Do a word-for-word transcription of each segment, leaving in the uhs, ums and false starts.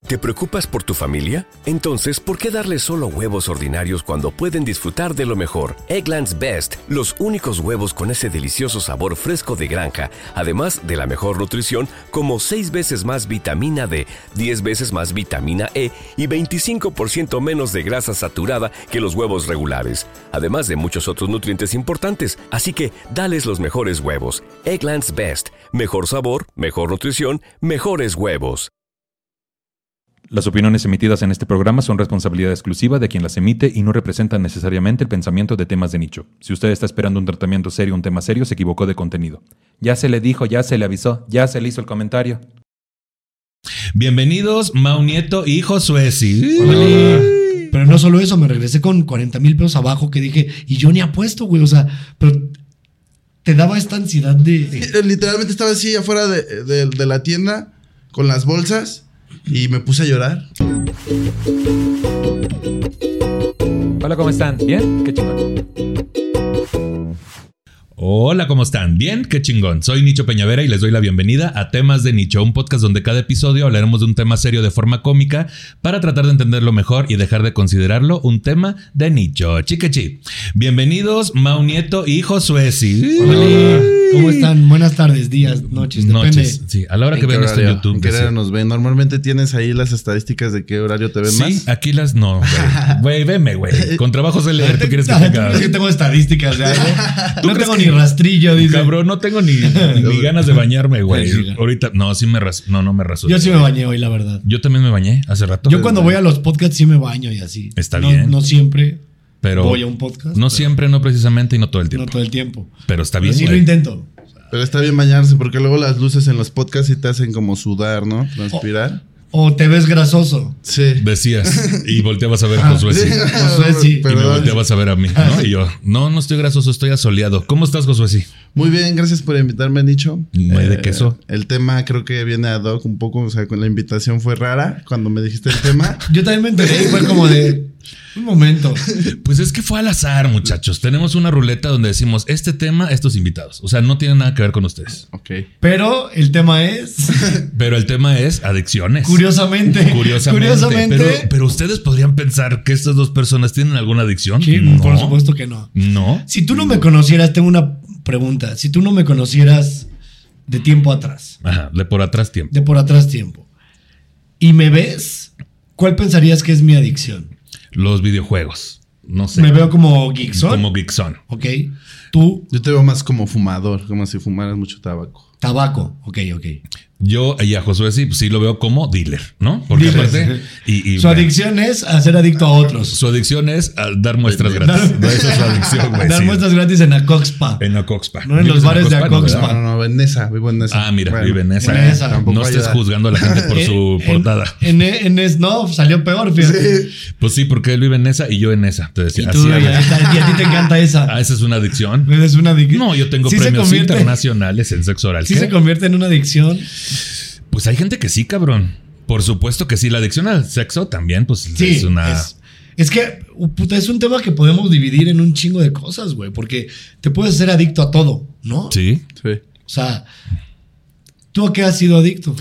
¿Te preocupas por tu familia? Entonces, ¿por qué darles solo huevos ordinarios cuando pueden disfrutar de lo mejor? Eggland's Best, los únicos huevos con ese delicioso sabor fresco de granja, además de la mejor nutrición, como seis veces más vitamina D, diez veces más vitamina E y veinticinco por ciento menos de grasa saturada que los huevos regulares, además de muchos otros nutrientes importantes. Así que, dales los mejores huevos. Eggland's Best, mejor sabor, mejor nutrición, mejores huevos. Las opiniones emitidas en este programa son responsabilidad exclusiva de quien las emite y no representan necesariamente el pensamiento de temas de nicho. Si usted está esperando un tratamiento serio o un tema serio, se equivocó de contenido. Ya se le dijo, ya se le avisó, ya se le hizo el comentario. Bienvenidos, Mau Nieto y Josué. Sí. Hola. Pero no solo eso, me regresé con cuarenta mil pesos abajo que dije, y yo ni apuesto, güey, o sea, pero te daba esta ansiedad de... Literalmente estaba así afuera de, de, de la tienda con las bolsas. Y me puse a llorar. Hola, ¿cómo están? ¿Bien? Qué chingón. Hola, ¿cómo están? ¿Bien? ¡Qué chingón! Soy Nicho Peñavera y les doy la bienvenida a Temas de Nicho, un podcast donde cada episodio hablaremos de un tema serio de forma cómica para tratar de entenderlo mejor y dejar de considerarlo un tema de nicho. Chiquechi. Bienvenidos, Mau Nieto y Josué. Sí. Hola, ¿cómo están? Buenas tardes, días, noches, depende. Noches, sí. A la hora que ven esto en YouTube. ¿En qué horario nos ven? Normalmente tienes ahí las estadísticas de qué horario te ven sí, más. Sí, aquí las no, güey. Güey, veme, güey. Con trabajo se leer, ¿tú quieres que tenga? Yo tengo estadísticas, ya. No tengo ni rastrillo, dice. Cabrón, no tengo ni, ni ganas de bañarme, güey. Sí, ahorita, no, sí me ras, no, no me rasuré. Yo sí me bañé hoy, la verdad. Yo también me bañé hace rato. Yo cuando voy a los podcasts sí me baño y así. Está no, bien. No siempre pero voy a un podcast. No siempre, no precisamente y no todo el tiempo. No todo el tiempo. Pero está bien. Pero sí lo intento. Pero está bien bañarse porque luego las luces en los podcasts sí te hacen como sudar, ¿no? Transpirar. O, o te ves grasoso. Sí. Decías. Y volteabas a ver a Ah, Josué. Sí. Josué sí. Y me volteabas a ver a mí, ¿no? Y yo, no, no estoy grasoso, estoy asoleado. ¿Cómo estás, Josué? Sí. Muy bien, gracias por invitarme, Nicho. No hay de queso. El tema creo que viene ad hoc un poco, o sea, con la invitación fue rara cuando me dijiste el tema. Yo también me enteré y fue como de... Un momento. Pues es que fue al azar, muchachos. Tenemos una ruleta donde decimos este tema, estos invitados. O sea, no tiene nada que ver con ustedes. Ok. Pero el tema es... Pero el tema es adicciones. Curiosamente. Curiosamente. Curiosamente. Pero, pero ustedes podrían pensar que estas dos personas tienen alguna adicción. Sí, no. Por supuesto que no. No. Si tú no me conocieras, tengo una pregunta. Si tú no me conocieras de tiempo atrás. Ajá, de por atrás tiempo. De por atrás tiempo. Y me ves, ¿cuál pensarías que es mi adicción? Los videojuegos. No sé. Me veo como geekson. Como geekson. Ok. Tú. Yo te veo más como fumador, como si fumaras mucho tabaco. Tabaco. Ok, ok. Yo y a Josué sí, sí lo veo como dealer, ¿no? Porque Dealer. aparte... Y, y, su adicción es a ser adicto a otros. Su adicción es a dar muestras gratis. No, esa es su adicción, güey. Dar sí. muestras gratis en Acoxpa. En Acoxpa. No en los bares de Acoxpa. No, no, no, en Nesa, vivo en Nesa. Ah, mira, bueno, vive en esa. en esa. No estés ayuda. juzgando a la gente por su En- portada. En, en, en, no, salió peor, fíjate. Sí. Pues sí, porque él vive en esa y yo en esa. Te Y, decía. tú, Así, y, a, y a ti te encanta esa. ah, esa es una adicción. Es una adicción. No, yo tengo Sí se premios convierte- internacionales en sexo oral. Sí ¿Qué? se convierte en una adicción. Pues hay gente que sí, cabrón. Por supuesto que sí. La adicción al sexo también, pues Sí, es una... es, es que, uh, puta, es un tema que podemos dividir en un chingo de cosas, güey. Porque te puedes ser adicto a todo, ¿no? Sí. Sí. O sea, ¿tú a qué has sido adicto?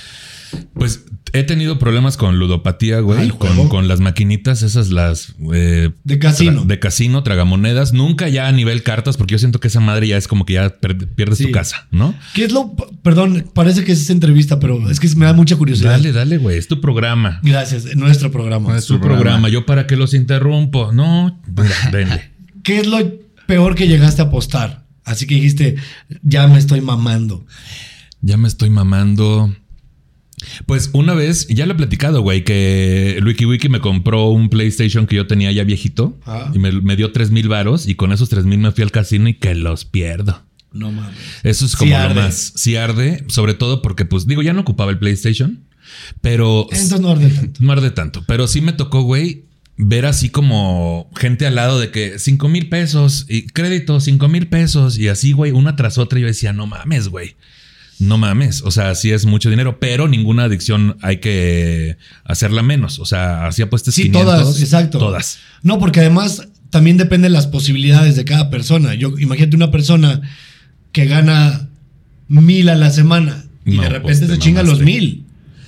Pues he tenido problemas con ludopatía, güey. Ah, ¿el con, juego? con las maquinitas, esas las... eh, De casino. tra- de casino, tragamonedas. Nunca ya a nivel cartas, porque yo siento que esa madre ya es como que ya per- pierdes Sí. tu casa, ¿no? ¿Qué es lo...? Perdón, parece que es esa entrevista, pero es que me da mucha curiosidad. Dale, dale, güey. Es tu programa. Gracias, en nuestro programa. Es tu programa. ¿Yo para qué los interrumpo? No, mira, denle. ¿Qué es lo peor que llegaste a apostar? Así que dijiste, ya me estoy mamando. Ya me estoy mamando. Pues una vez, ya lo he platicado, güey, que Wiki Wiki me compró un PlayStation que yo tenía ya viejito. Ah. Y me, me dio tres mil varos. Y con esos tres mil me fui al casino y que los pierdo. No mames. Eso es Sí como lo arde. más. Sí arde, sobre todo porque, pues, digo, ya no ocupaba el PlayStation. Pero... Entonces no arde tanto. No arde tanto. Pero sí me tocó, güey, ver así como gente al lado de que cinco mil pesos y crédito, cinco mil pesos. Y así, güey, una tras otra. Y yo decía, no mames, güey. No mames, o sea, sí es mucho dinero, pero ninguna adicción hay que hacerla menos. O sea, así apuestas Sí, quinientos. todas, exacto. Todas. No, porque además también depende de las posibilidades de cada persona. Yo imagínate una persona que gana mil a la semana y No, de pues repente te se chinga mamaste. los mil.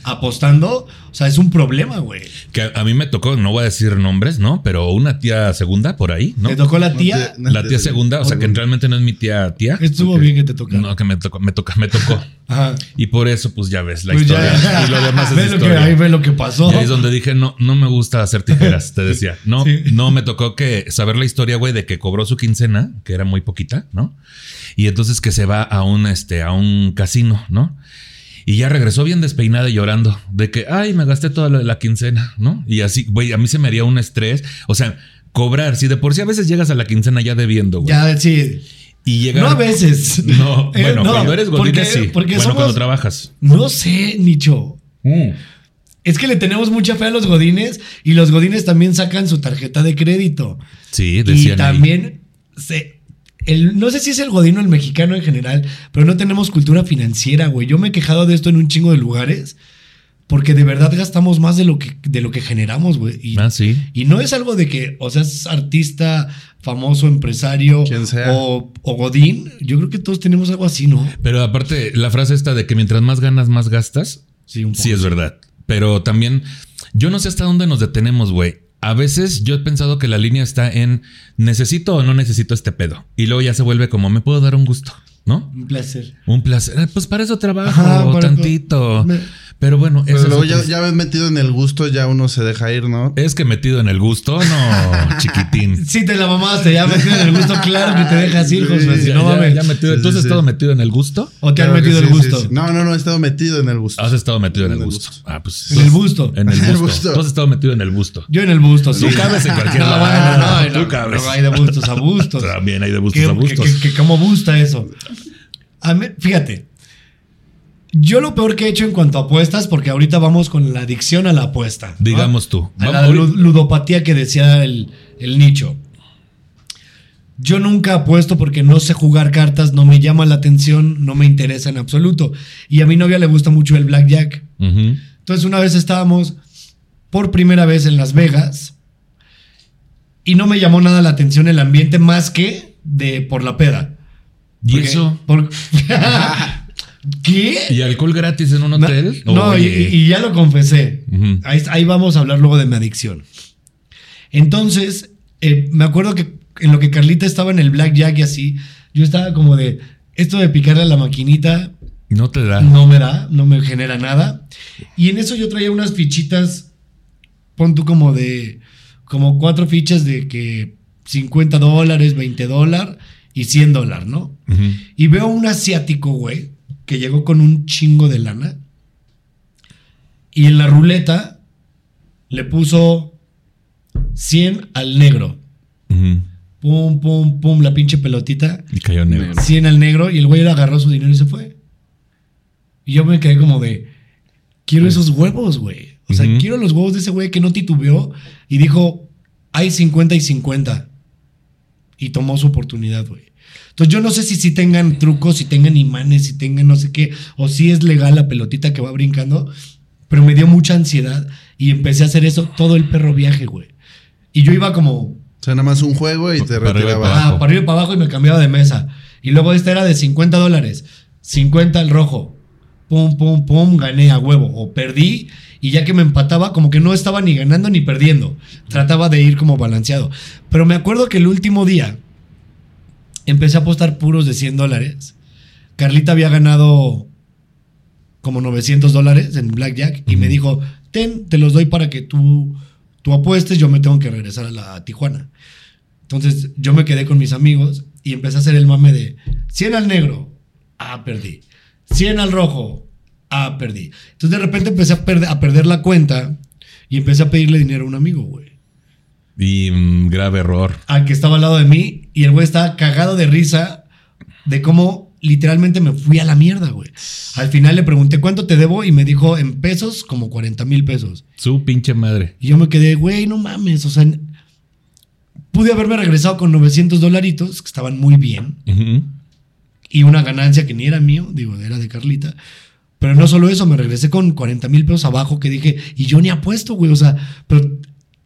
apostando, o sea, es un problema, güey. Que a, a mí me tocó, no voy a decir nombres, ¿no? Pero una tía segunda por ahí, ¿no? ¿Te tocó la tía? No te- La tía segunda, o sea, que realmente no es mi tía tía. Estuvo bien que te tocara. No, que me tocó, me toca, me tocó. Ajá. Y por eso, pues ya ves la Pues historia. ya. Y lo demás es Ve lo que, historia. ahí ve lo que pasó. Y ahí es donde dije, no, no me gusta hacer tijeras, te decía. No, Sí. no me tocó que saber la historia, güey, de que cobró su quincena, que era muy poquita, ¿no? Y entonces que se va a un, este, a un casino, ¿no? Y ya regresó bien despeinada y llorando de que, ay, me gasté toda la, la quincena, ¿no? Y así, güey, a mí se me haría un estrés. O sea, cobrar, si de por sí a veces llegas a la quincena ya debiendo, güey. Ya, sí. Y llegar. No a veces. No, Eh, bueno, no, cuando eres godines, porque- sí. porque bueno, somos- cuando trabajas. No sé, Nicho. Es que le tenemos mucha fe a los godines y los godines también sacan su tarjeta de crédito. Sí, Y decían ahí. también, se, el, no sé si es el godino o el mexicano en general, pero no tenemos cultura financiera, güey. Yo me he quejado de esto en un chingo de lugares porque de verdad gastamos más de lo que, de lo que generamos, güey. Y, Ah, sí. y no es algo de que, o sea, es artista, famoso, empresario Quien sea. O, o godín. Yo creo que todos tenemos algo así, ¿no? Pero aparte, la frase esta de que mientras más ganas, más gastas, Sí, un poco. sí es verdad. Pero también, yo no sé hasta dónde nos detenemos, güey. A veces yo he pensado que la línea está en necesito o no necesito este pedo. Y luego ya se vuelve como me puedo dar un gusto, ¿no? Un placer. Un placer. Eh, Pues para eso trabajo Ajá, para- tantito. me- Pero bueno, Pero eso luego es, ya, otra- ya ves metido en el gusto, ya uno se deja ir, ¿no? es que metido en el gusto, no, chiquitín. Sí, te la mamaste, ya metido en el gusto, claro que te dejas ir, José. Si Ya- no ya- mames. ya metido- Sí, ¿Tú has sí, estado sí. metido en el gusto? ¿O te han Claro que metido el sí, gusto? sí, sí. No, no, no, he estado metido en el gusto. Has estado metido en el En el gusto. gusto. Ah, pues. En el busto. En el En el busto. busto. Tú has estado metido en el busto. Yo en el busto, sí. Tú cabes en cualquier No, lado. bueno, no, no, Tú cabes. no, hay de bustos a bustos. También hay de bustos ¿Qué, a bustos. que- que- que ¿Cómo gusta eso? A mí- fíjate, yo lo peor que he hecho en cuanto a apuestas, porque ahorita vamos con la adicción a la apuesta, ¿no? Digamos tú. A la Vamos- lu- ludopatía que decía el, el Nicho. Yo nunca apuesto porque no sé jugar cartas, no me llama la atención, no me interesa en absoluto. Y a mi novia le gusta mucho el blackjack. Ujú. Entonces una vez estábamos por primera vez en Las Vegas y no me llamó nada la atención el ambiente más que de por la peda. ¿Y Porque- eso? por- ¿Qué? ¿Y alcohol gratis en un No, hotel? no, y, Oye. y ya lo confesé. Ujú. Ahí, ahí vamos a hablar luego de mi adicción. Entonces, eh, me acuerdo que en lo que Carlita estaba en el blackjack y así, yo estaba como de, esto de picarle a la maquinita No te da. no me da, no me genera nada. Y en eso yo traía unas fichitas, pon tú como de, como cuatro fichas de que cincuenta dólares, veinte dólares y cien dólares, ¿no? Ujú. Y veo un asiático, güey, que llegó con un chingo de lana. Y en la ruleta le puso cien al negro. Ujú. Pum, pum, pum, la pinche pelotita. Y cayó negro. cien al negro. Y el güey le agarró su dinero y se fue. Y yo me quedé como de, quiero esos huevos, güey. O sea, Ujú. quiero los huevos de ese güey que no titubeó y dijo, hay cincuenta y cincuenta. Y tomó su oportunidad, güey. Entonces yo no sé si, si tengan trucos, si tengan imanes, si tengan no sé qué, o si es legal la pelotita que va brincando, pero me dio mucha ansiedad y empecé a hacer eso todo el perro viaje, güey. Y yo iba como, O sea, nada más un juego y te Para arriba y retirabas. para abajo. ah, para arriba y para abajo y me cambiaba de mesa. Y luego esta era de cincuenta dólares, cincuenta al rojo, pum, pum, pum, gané a huevo, o perdí. Y ya que me empataba, como que no estaba ni ganando ni perdiendo. Trataba de ir como balanceado. Pero me acuerdo que el último día empecé a apostar puros de cien dólares. Carlita había ganado como novecientos dólares en Blackjack y me dijo, ten, te los doy para que tú, tú apuestes, yo me tengo que regresar a la a Tijuana. Entonces yo me quedé con mis amigos y empecé a hacer el mame de cien al negro, ah, perdí. cien al rojo, ah, perdí. Entonces de repente empecé a, perder, a perder la cuenta y empecé a pedirle dinero a un amigo, güey. Y mm, grave error. Al que estaba al lado de mí y el güey estaba cagado de risa de cómo literalmente me fui a la mierda, güey. Al final le pregunté cuánto te debo y me dijo en pesos como cuarenta mil pesos. Su pinche madre. Y yo me quedé, güey, no mames, o sea, pude haberme regresado con novecientos dolaritos, que estaban muy bien, Ujú. y una ganancia que ni era mío, digo, era de Carlita. Pero no solo eso, me regresé con cuarenta mil pesos abajo que dije, y yo ni apuesto, güey, o sea, pero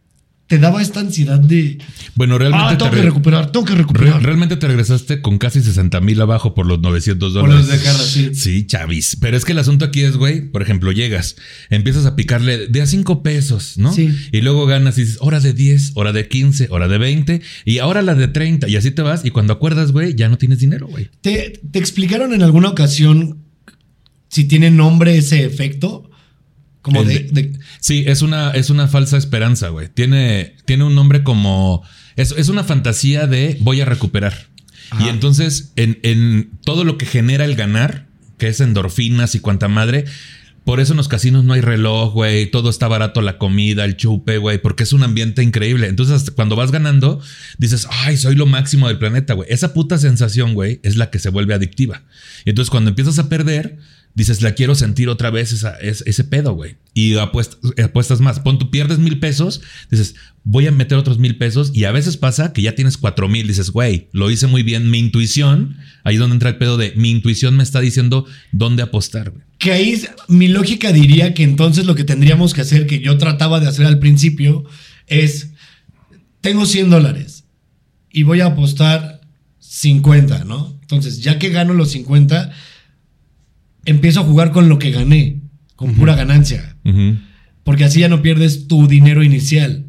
te daba esta ansiedad de... Bueno, realmente... Ah, tengo te que re- recuperar, tengo que recuperar. Re- realmente te regresaste con casi sesenta mil abajo por los novecientos Por dólares. los de Carla, sí. Sí, chavis. Pero es que el asunto aquí es, güey, por ejemplo, llegas, empiezas a picarle de a cinco pesos, ¿no? Sí. Y luego ganas y dices, hora de diez, hora de quince, hora de veinte y ahora la de treinta. Y así te vas. Y cuando acuerdas, güey, ya no tienes dinero, güey. ¿Te, ¿Te explicaron en alguna ocasión si tiene nombre ese efecto? Como El de, de- de- Sí, es una, es una falsa esperanza, güey. Tiene, tiene un nombre como... Es, es una fantasía de voy a recuperar. Ajá. Y entonces, en, en todo lo que genera el ganar, que es endorfinas y cuanta madre, por eso en los casinos no hay reloj, güey. Todo está barato, la comida, el chupe, güey, porque es un ambiente increíble. Entonces, hasta cuando vas ganando, dices, ay, soy lo máximo del planeta, güey. Esa puta sensación, güey, es la que se vuelve adictiva. Y entonces, cuando empiezas a perder... dices, la quiero sentir otra vez esa, ese, ese pedo, güey. Y apuestas, apuestas más. Pon tú pierdes mil pesos, dices, voy a meter otros mil pesos. Y a veces pasa que ya tienes cuatro mil. Dices, güey, lo hice muy bien. Mi intuición, ahí es donde entra el pedo de mi intuición me está diciendo dónde apostar, güey. que ahí mi lógica diría que entonces lo que tendríamos que hacer, que yo trataba de hacer al principio, es, tengo cien dólares y voy a apostar cincuenta, ¿no? Entonces, ya que gano los cincuenta, empiezo a jugar con lo que gané, con uh-huh. pura ganancia. Uh-huh. Porque así ya no pierdes tu dinero inicial,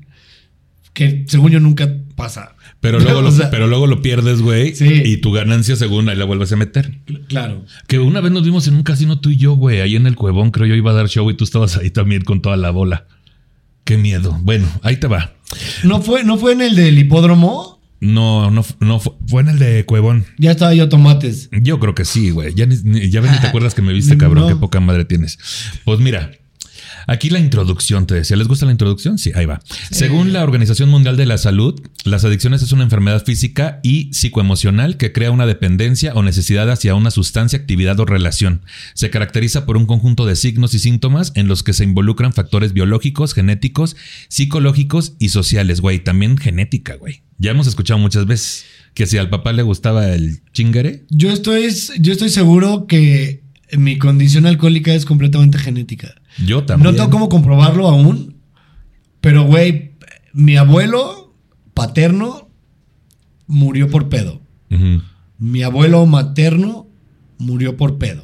que según yo nunca pasa. Pero luego, o sea, lo, pero luego lo pierdes, güey. Sí. Y tu ganancia, según ahí la vuelves a meter. Claro. Que una vez nos vimos en un casino tú y yo, güey. Ahí en el Cuevón, creo yo iba a dar show y tú estabas ahí también con toda la bola. Qué miedo. Bueno, ahí te va. ¿No fue, no fue en el del hipódromo? No, no, no fue, fue en el de Cuevón. Ya estaba yo tomates. Yo creo que sí, güey. Ya, ni, ya ven, ni te acuerdas que me viste, cabrón. No. Qué poca madre tienes. Pues mira, aquí la introducción te decía. ¿Les gusta la introducción? Sí, ahí va. Sí. Según la Organización Mundial de la Salud, las adicciones es una enfermedad física y psicoemocional que crea una dependencia o necesidad hacia una sustancia, actividad o relación. Se caracteriza por un conjunto de signos y síntomas en los que se involucran factores biológicos, genéticos, psicológicos y sociales, güey. También genética, güey. Ya hemos escuchado muchas veces que si al papá le gustaba el chingere. Yo estoy, yo estoy seguro que mi condición alcohólica es completamente genética. Yo también. No tengo cómo comprobarlo aún, pero güey, mi abuelo paterno murió por pedo. Uh-huh. Mi abuelo materno murió por pedo.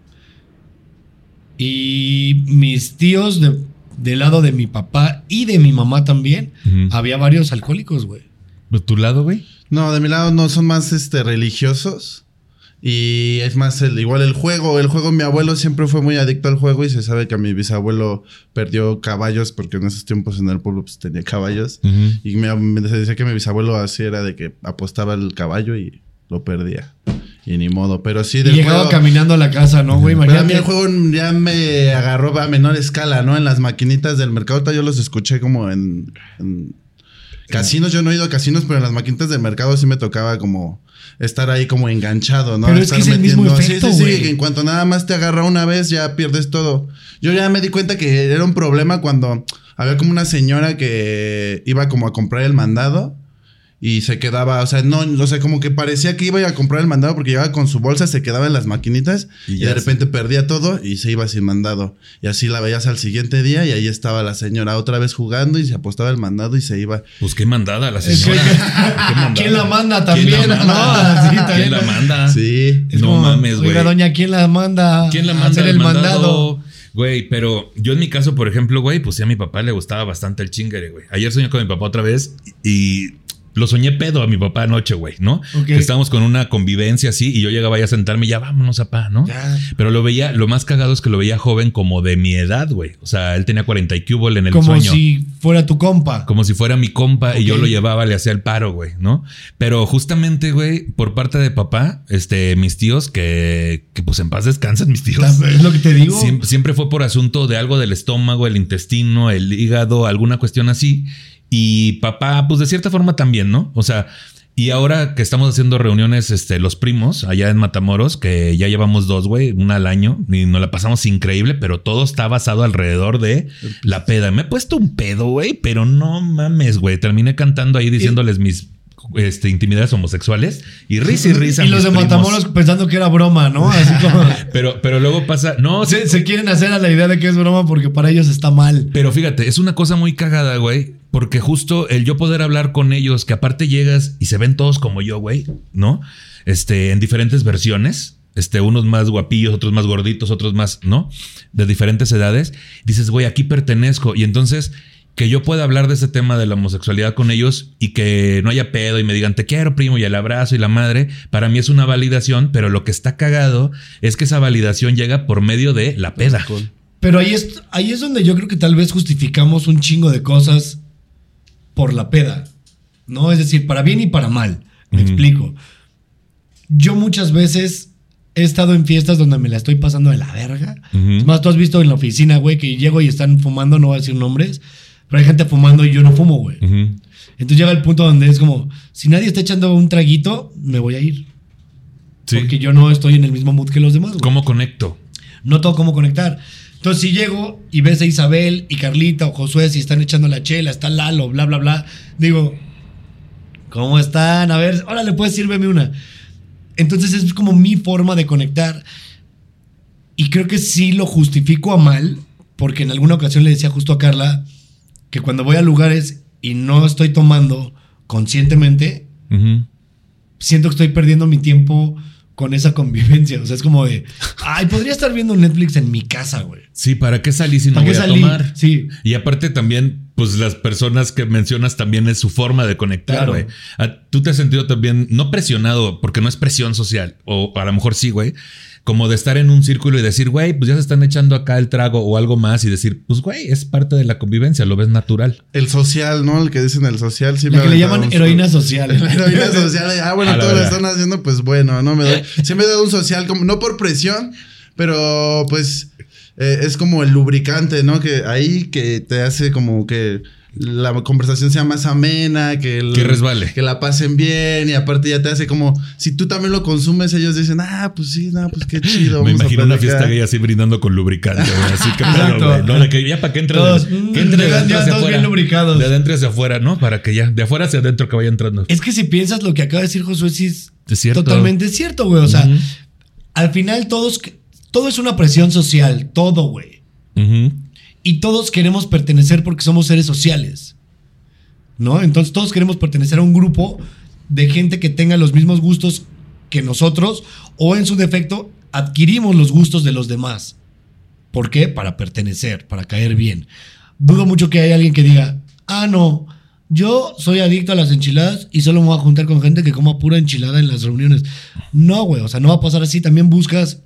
Y mis tíos de, del lado de mi papá y de mi mamá también, uh-huh. había varios alcohólicos, güey. ¿De tu lado, güey? No, de mi lado no, son más este, religiosos. Y es más, el, igual el juego. El juego, mi abuelo siempre fue muy adicto al juego y se sabe que a mi bisabuelo perdió caballos porque en esos tiempos en el pueblo pues, tenía caballos. Uh-huh. Y me, me se decía que mi bisabuelo así era de que apostaba el caballo y lo perdía. Y ni modo, pero sí del y llegaba juego, caminando a la casa, ¿no, güey? Pero a mí el juego ya me agarró a menor escala, ¿no? En las maquinitas del mercado, yo los escuché como en... en casinos, yo no he ido a casinos, pero en las maquinitas del mercado sí me tocaba como estar ahí como enganchado, ¿no? Pero estar es que es metiendo. el mismo efecto, sí, sí, güey. sí, que en cuanto nada más te agarra una vez ya pierdes todo. Yo ya me di cuenta que era un problema cuando había como una señora que iba como a comprar el mandado y se quedaba, o sea, no, o sea, como que parecía que iba a comprar el mandado porque llegaba con su bolsa, se quedaba en las maquinitas y, y de repente se... perdía todo y se iba sin mandado. Y así la veías al siguiente día y ahí estaba la señora otra vez jugando y se apostaba el mandado y se iba. Pues qué mandada la señora. Es que, ¿Qué mandada? ¿Quién la manda también? ¿Quién la manda? No, sí, también. ¿Quién la manda? Sí. Es no como, mames, güey. Oiga, doña, ¿quién la manda? ¿Quién la manda? A hacer el mandado. mandado? Güey, pero yo en mi caso, por ejemplo, güey, pues sí a mi papá le gustaba bastante el chingere, güey. Ayer soñé con mi papá otra vez y... lo soñé pedo a mi papá anoche, güey, ¿no? Okay. Que estábamos con una convivencia así y yo llegaba ya a sentarme y ya vámonos, papá, ¿no? Ya. Pero lo veía, lo más cagado es que lo veía joven como de mi edad, güey. O sea, él tenía cuarenta y cúbol en el como sueño. Como si fuera tu compa. Como si fuera mi compa okay. Y yo lo llevaba, le hacía el paro, güey, ¿no? Pero justamente, güey, por parte de papá, este, mis tíos, que, que pues en paz descansan mis tíos. Es lo que te digo. Siempre, siempre fue por asunto de algo del estómago, el intestino, el hígado, alguna cuestión así. Y papá, pues de cierta forma también, ¿no? O sea, y ahora que estamos haciendo reuniones, este, los primos allá en Matamoros, que ya llevamos dos, güey, una al año, y nos la pasamos increíble, pero todo está basado alrededor de la peda. Me he puesto un pedo, güey, pero no mames, güey. Terminé cantando ahí diciéndoles mis este, intimidades homosexuales y risa y risa. Y los de primos. Matamoros pensando que era broma, ¿no? Así como... Pero, pero luego pasa... No, se, sí, se quieren hacer a la idea de que es broma porque para ellos está mal. Pero fíjate, es una cosa muy cagada, güey. Porque justo el yo poder hablar con ellos, que aparte llegas y se ven todos como yo, güey, ¿no? Este, en diferentes versiones. Este, unos más guapillos, otros más gorditos, otros más, ¿no? De diferentes edades. Dices, güey, aquí pertenezco. Y entonces, que yo pueda hablar de ese tema de la homosexualidad con ellos y que no haya pedo y me digan, te quiero, primo, y el abrazo y la madre, para mí es una validación, pero lo que está cagado es que esa validación llega por medio de la peda. Pero ahí es, ahí es donde yo creo que tal vez justificamos un chingo de cosas por la peda, ¿no? Es decir, para bien y para mal. Me uh-huh. explico. Yo muchas veces he estado en fiestas donde me la estoy pasando de la verga. Uh-huh. Es más, tú has visto en la oficina, güey, que llego y están fumando, no voy a decir nombres, pero hay gente fumando y yo no fumo, güey. Uh-huh. Entonces llega el punto donde es como, si nadie está echando un traguito, me voy a ir. Sí. Porque yo no estoy en el mismo mood que los demás, güey. ¿Cómo conecto? No tengo cómo conectar. Entonces, si llego y ves a Isabel y Carlita o Josué, si están echando la chela, está Lalo, bla, bla, bla, digo, ¿cómo están? A ver, órale, pues sírveme una. Entonces, es como mi forma de conectar. Y creo que sí lo justifico a mal, porque en alguna ocasión le decía justo a Carla que cuando voy a lugares y no estoy tomando conscientemente, uh-huh. siento que estoy perdiendo mi tiempo con esa convivencia. O sea, es como de, ay, podría estar viendo Netflix en mi casa, güey. Sí, ¿para qué salí si no voy a salí? tomar? Sí. Y aparte también, pues las personas que mencionas también es su forma de conectar, güey. Claro. Tú te has sentido también, no presionado, porque no es presión social, o a lo mejor sí, güey, como de estar en un círculo y decir, güey, pues ya se están echando acá el trago o algo más y decir, pues, güey, es parte de la convivencia, lo ves natural. El social, ¿no? El que dicen el social. Sí, la que le llaman heroína social. La heroína social. Ah, bueno, todos lo están haciendo, pues bueno, no me doy. Sí me he dado un social, como, no por presión, pero pues eh, es como el lubricante, ¿no? Que ahí que te hace como que la conversación sea más amena, que, el, que resbale, que la pasen bien y aparte ya te hace como, si tú también lo consumes, ellos dicen, ah, pues sí, no, pues qué chido. Me imagino una fiesta gay así brindando con lubricante, güey, así que pedo, güey, no, de que ya para que entre, todos, de, que entre de adentro hacia afuera, bien lubricados, de adentro hacia afuera, ¿no? Para que ya, de afuera hacia adentro que vaya entrando. Es que si piensas lo que acaba de decir Josué, sí es, es cierto. Totalmente cierto, güey, o sea, uh-huh. al final todos, todo es una presión social, todo, güey, uh-huh. y todos queremos pertenecer porque somos seres sociales, ¿no? Entonces todos queremos pertenecer a un grupo de gente que tenga los mismos gustos que nosotros o en su defecto adquirimos los gustos de los demás. ¿Por qué? Para pertenecer, para caer bien. Dudo mucho que haya alguien que diga, ah, no, yo soy adicto a las enchiladas y solo me voy a juntar con gente que coma pura enchilada en las reuniones. No, güey, o sea, no va a pasar así. También buscas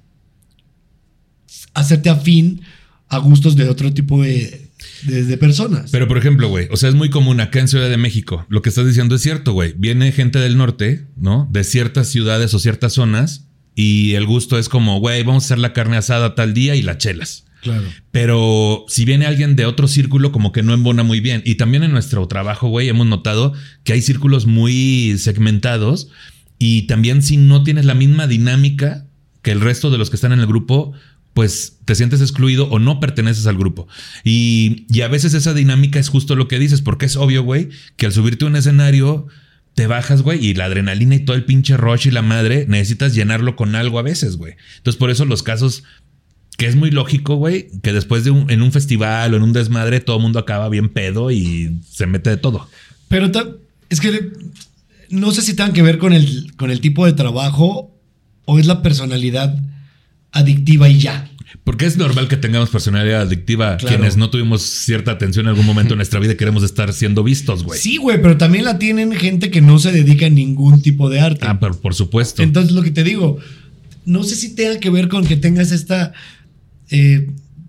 hacerte afín a gustos de otro tipo de... De, de personas. Pero por ejemplo, güey, o sea, es muy común acá en Ciudad de México. Lo que estás diciendo es cierto, güey. Viene gente del norte, ¿no? De ciertas ciudades o ciertas zonas y el gusto es como, güey, vamos a hacer la carne asada tal día y las chelas. Claro. Pero si viene alguien de otro círculo, como que no embona muy bien. Y también en nuestro trabajo, güey, hemos notado que hay círculos muy segmentados y también si no tienes la misma dinámica que el resto de los que están en el grupo, pues te sientes excluido o no perteneces al grupo. Y, y a veces esa dinámica es justo lo que dices, porque es obvio, güey, que al subirte a un escenario te bajas, güey, y la adrenalina y todo el pinche rush y la madre necesitas llenarlo con algo a veces, güey. Entonces por eso los casos que es muy lógico, güey, que después de un, en un festival o en un desmadre todo el mundo acaba bien pedo y se mete de todo. Pero ta- es que no sé si tengan que ver con el, con el tipo de trabajo o es la personalidad adictiva y ya. Porque es normal que tengamos personalidad adictiva, claro. Quienes no tuvimos cierta atención en algún momento en nuestra vida y queremos estar siendo vistos, güey. Sí, güey, pero también la tienen gente que no se dedica a ningún tipo de arte. Ah, pero por supuesto. Entonces lo que te digo, no sé si tenga que ver con que tengas esta eh,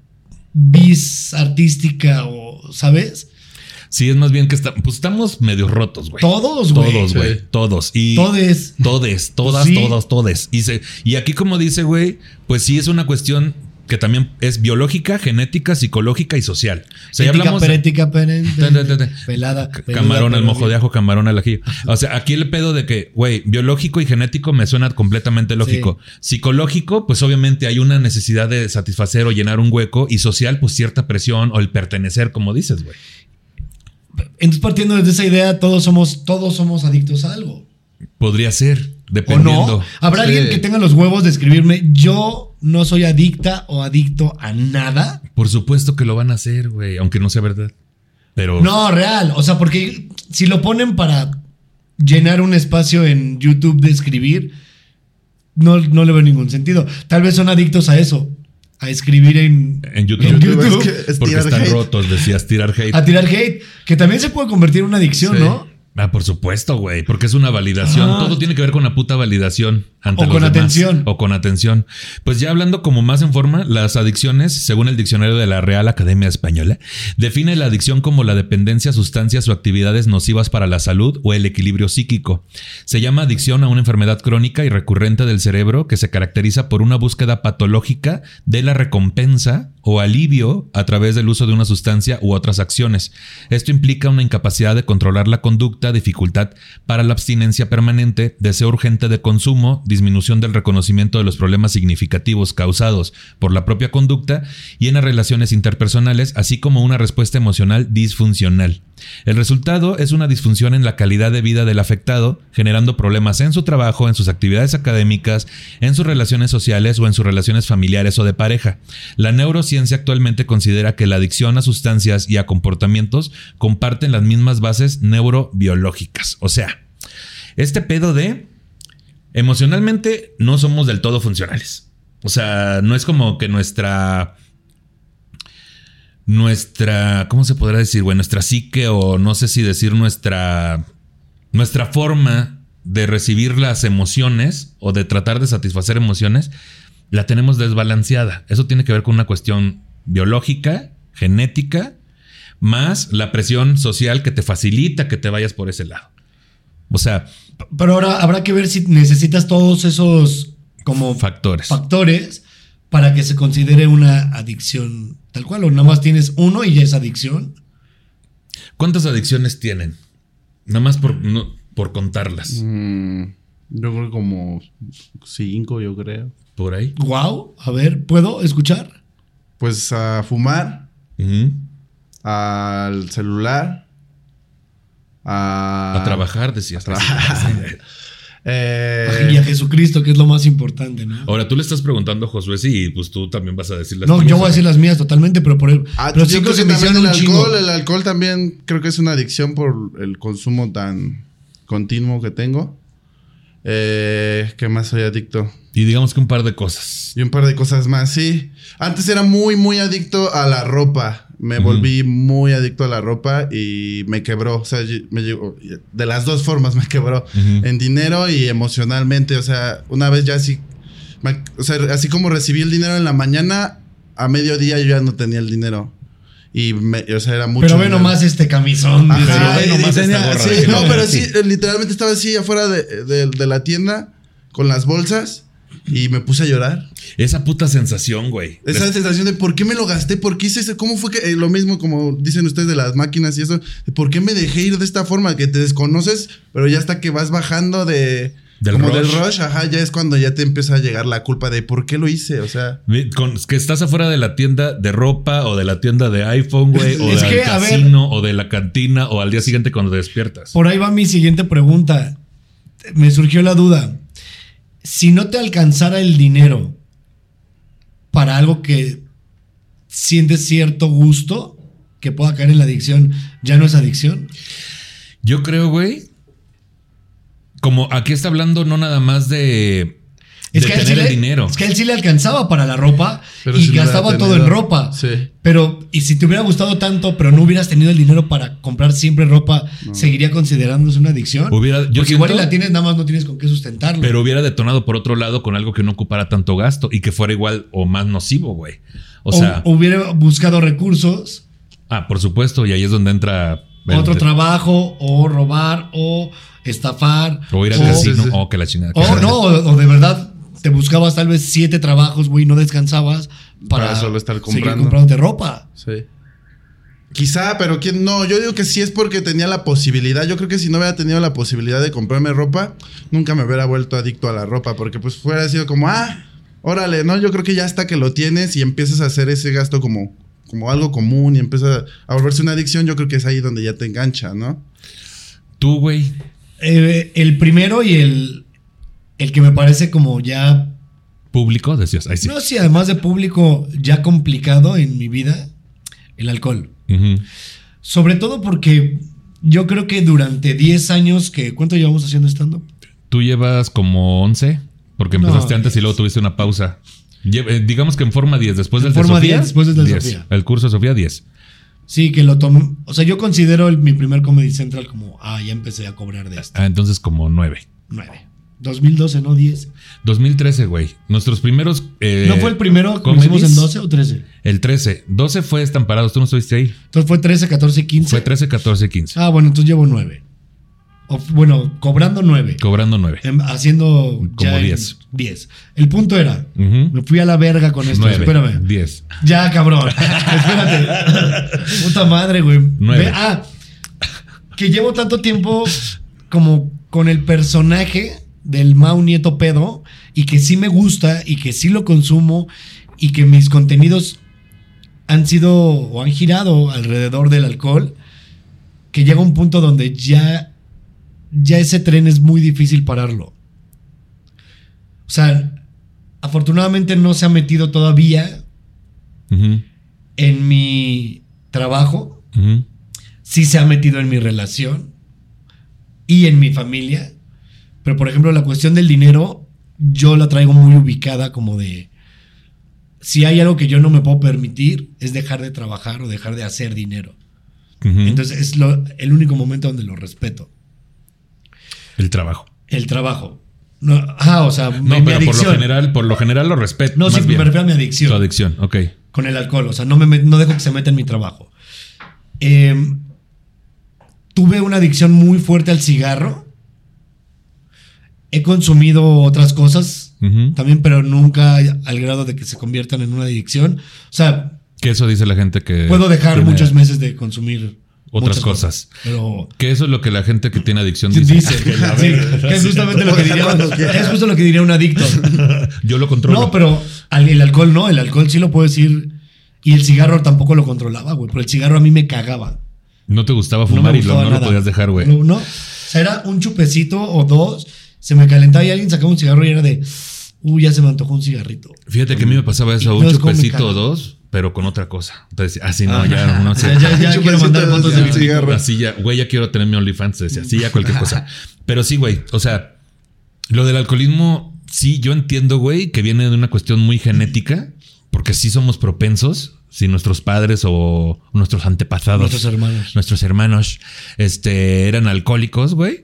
vis artística o, ¿sabes? Sí, es más bien que está, pues estamos medio rotos, güey. Todos, güey. Todos, güey. Sí. Todos. Y todes. Todes, todas, pues sí. todas, todes. Y, se, y aquí, como dice, güey, pues sí es una cuestión que también es biológica, genética, psicológica y social. O sea, ética, ya hablamos. Perética, perente, pelada, pelada. Camarón al mojo de ajo, camarón al ajillo. O sea, aquí el pedo de que, güey, biológico y genético me suena completamente lógico. Sí. Psicológico, pues obviamente hay una necesidad de satisfacer o llenar un hueco. Y social, pues cierta presión o el pertenecer, como dices, güey. Entonces, partiendo desde esa idea, todos somos, todos somos adictos a algo. Podría ser, ¿O dependiendo. no? ¿Habrá Sí. alguien que tenga los huevos de escribirme, yo no soy adicta o adicto a nada? Por supuesto que lo van a hacer, güey, aunque no sea verdad. Pero No, real. O sea, porque si lo ponen para llenar un espacio en YouTube de escribir, no, no le veo ningún sentido. Tal vez son adictos a eso, a escribir en, en YouTube, en YouTube. Es que es porque tirar están hate. rotos, decías tirar hate. a tirar hate, que también se puede convertir en una adicción, Sí. ¿no? Ah, por supuesto, güey, porque es una validación. Ah. Todo tiene que ver con la puta validación ante O los con demás. atención. O con atención. Pues ya hablando como más en forma, las adicciones, según el diccionario de la Real Academia Española, define la adicción como la dependencia a sustancias o actividades nocivas para la salud o el equilibrio psíquico. Se llama adicción a una enfermedad crónica y recurrente del cerebro que se caracteriza por una búsqueda patológica de la recompensa o alivio a través del uso de una sustancia u otras acciones. Esto implica una incapacidad de controlar la conducta, dificultad para la abstinencia permanente, deseo urgente de consumo, disminución del reconocimiento de los problemas significativos causados por la propia conducta y en las relaciones interpersonales, así como una respuesta emocional disfuncional. El resultado es una disfunción en la calidad de vida del afectado, generando problemas en su trabajo, en sus actividades académicas, en sus relaciones sociales o en sus relaciones familiares o de pareja. La neurociencia actualmente considera que la adicción a sustancias y a comportamientos comparten las mismas bases neurobiológicas. O sea, este pedo de emocionalmente no somos del todo funcionales. O sea, no es como que nuestra... Nuestra, ¿cómo se podrá decir, güey? Nuestra psique o no sé si decir nuestra, nuestra forma de recibir las emociones o de tratar de satisfacer emociones, la tenemos desbalanceada. Eso tiene que ver con una cuestión biológica, genética, más la presión social que te facilita que te vayas por ese lado. O sea, Pero ahora habrá que ver si necesitas todos esos como factores. factores para que se considere una adicción tal cual, o nada más tienes uno y ya es adicción. ¿Cuántas adicciones tienen? Nada más por, no, por contarlas. Mm, yo creo como cinco, yo creo. Por ahí. Wow, a ver, ¿puedo escuchar? Pues a fumar, Uh-huh. al celular, a... A trabajar, decías. a trabajar. Eh, Y a Jesucristo, que es lo más importante, ¿no? Ahora tú le estás preguntando a Josué sí, y pues tú también vas a decir las No, tuyas. yo voy a decir las mías totalmente, pero por el, ah, pero yo sí creo que se que me también hicieron el un chingo. alcohol, el alcohol también creo que es una adicción por el consumo tan continuo que tengo. Eh, ¿Qué más soy adicto? Y digamos que un par de cosas. Y un par de cosas más, sí. Antes era muy, muy adicto a la ropa. Me Ujú. volví muy adicto a la ropa y me quebró. O sea, me llegó, de las dos formas me quebró. Ujú. En dinero y emocionalmente. O sea, una vez ya así... me- o sea, así como recibí el dinero en la mañana, a mediodía yo ya no tenía el dinero. Y, me, o sea, era mucho Pero ve dinero. nomás este camisón. Ajá, dice, ve y nomás tenía- esta gorra sí, de no, que pero no, sí, sí. eh, literalmente estaba así afuera de, de- de la tienda con las bolsas y me puse a llorar. Esa puta sensación, güey. Esa Des- sensación de por qué me lo gasté, por qué hice eso, cómo fue que eh, lo mismo como dicen ustedes de las máquinas y eso, de por qué me dejé ir de esta forma, que te desconoces, pero ya hasta que vas bajando de Del como rush. del rush, ajá, ya es cuando ya te empieza a llegar la culpa de por qué lo hice, o sea, Ve, con- que estás afuera de la tienda de ropa o de la tienda de iPhone, güey, o Es del que, a ver- casino o de la cantina o al día siguiente cuando te despiertas. Por ahí va mi siguiente pregunta. Me surgió la duda. Si no te alcanzara el dinero para algo que sientes cierto gusto que pueda caer en la adicción, ¿ya no es adicción? Yo creo, güey, como aquí está hablando no nada más de, Es de que, a él tener sí el le, dinero. es que a él sí le alcanzaba para la ropa Pero y si lo hubiera gastaba todo tenido. en ropa. Sí. Pero, y si te hubiera gustado tanto, pero no hubieras tenido el dinero para comprar siempre ropa, ¿seguiría considerándose una adicción? Hubiera- yo Porque igual y siento- la tienes, nada más no tienes con qué sustentarlo. Pero hubiera detonado por otro lado con algo que no ocupara tanto gasto y que fuera igual o más nocivo, güey. O, O, sea, hubiera buscado recursos, ah, por supuesto, y ahí es donde entra el- otro trabajo, o robar, o estafar. O ir al o- casino, sí, sí. o que la chingada. O no, o, o de verdad te buscabas tal vez siete trabajos, güey, y no descansabas para, Para solo estar seguir comprando. comprándote ropa. Sí. Quizá, pero quién no, yo digo que sí es porque tenía la posibilidad. Yo creo que si no hubiera tenido la posibilidad de comprarme ropa, nunca me hubiera vuelto adicto a la ropa, porque pues fuera sido como, ah, órale, ¿no? Yo creo que ya hasta que lo tienes y empiezas a hacer ese gasto como como algo común y empieza a volverse una adicción, yo creo que es ahí donde ya te engancha, ¿no? Tú, güey. Eh, el primero y el, el que me parece como ya... ¿Público? Decías. Ahí sí. No, sí, además de público ya complicado en mi vida, el alcohol. Uh-huh. Sobre todo porque yo creo que durante diez años que... ¿Cuánto llevamos haciendo stand-up? Tú llevas como once, porque No, empezaste antes diez. y luego tuviste una pausa. Lle- eh, digamos que en forma diez, después En del de forma Sofía. diez, después del de diez. Sofía. El curso de Sofía, diez. Sí, que lo tomé... O sea, yo considero el- mi primer Comedy Central como... Ah, ya empecé a cobrar de esto. Ah, entonces como nueve. nueve. dos mil doce, no diez. dos mil trece, güey. Nuestros primeros... eh, ¿No fue el primero que lo comedies? hicimos en doce o trece? El trece. doce fue Estamparados. ¿Tú no estuviste ahí? Entonces fue trece, catorce, quince. Fue trece, catorce, quince. Ah, bueno, entonces llevo nueve. O, bueno, cobrando nueve. Cobrando nueve. Em, haciendo Como ya en diez. diez. El punto era, Ujú. me fui a la verga con esto. nueve. Espérame. diez. Ya, cabrón. Espérate. Puta madre, güey. Nueve. Ve- Ah, que llevo tanto tiempo como con el personaje del Mau Nieto pedo y que sí me gusta y que sí lo consumo y que mis contenidos han sido o han girado alrededor del alcohol, que llega un punto donde ya, ya ese tren es muy difícil pararlo. O sea, afortunadamente no se ha metido todavía Ujú. en mi trabajo, Ujú. sí se ha metido en mi relación y en mi familia. Pero, por ejemplo, la cuestión del dinero, yo la traigo muy ubicada como de... Si hay algo que yo no me puedo permitir, es dejar de trabajar o dejar de hacer dinero. Ujú. Entonces, es lo- el único momento donde lo respeto. El trabajo. El trabajo. No, ah, o sea, mi, No, mi pero por lo adicción. general, por lo general lo respeto. No, sí, más bien. me refiero a mi adicción. Tu adicción, ok. Con el alcohol. O sea, no, me, met- no dejo que se meta en mi trabajo. Eh, tuve una adicción muy fuerte al cigarro. He consumido otras cosas Ujú. también, pero nunca al grado de que se conviertan en una adicción. O sea, Que eso dice la gente que... puedo dejar tiene muchos meses de consumir otras muchas cosas. Pero Que eso es lo que la gente que tiene adicción dice. dice que, sí, que es justamente lo que diría, es justo lo que diría un adicto. Yo lo controlo. No, pero al- el alcohol no, el alcohol sí lo puedo decir. Y el cigarro tampoco lo controlaba, güey. Pero el cigarro a mí me cagaba. No te gustaba No fumar me y lo, gustaba no lo nada. podías dejar, güey. No, no. O sea, era un chupecito o dos, se me calentaba y alguien sacaba un cigarro y era de, uy, ya se me antojó un cigarrito. Fíjate que a mí me pasaba eso, Y un no es como me chupecito o caga. dos, pero con otra cosa. Entonces, así no, Ah. ya no sé. Ya, ya, ya Chupecito quiero mandar de fotos de mi cigarro. Así ya, güey, ya quiero tener mi OnlyFans, decía, así ya cualquier cosa. Pero sí, güey, o sea, lo del alcoholismo, sí, yo entiendo, güey, que viene de una cuestión muy genética, porque sí somos propensos, si nuestros padres o nuestros antepasados, Nuestros hermanos. nuestros hermanos, este, eran alcohólicos, güey.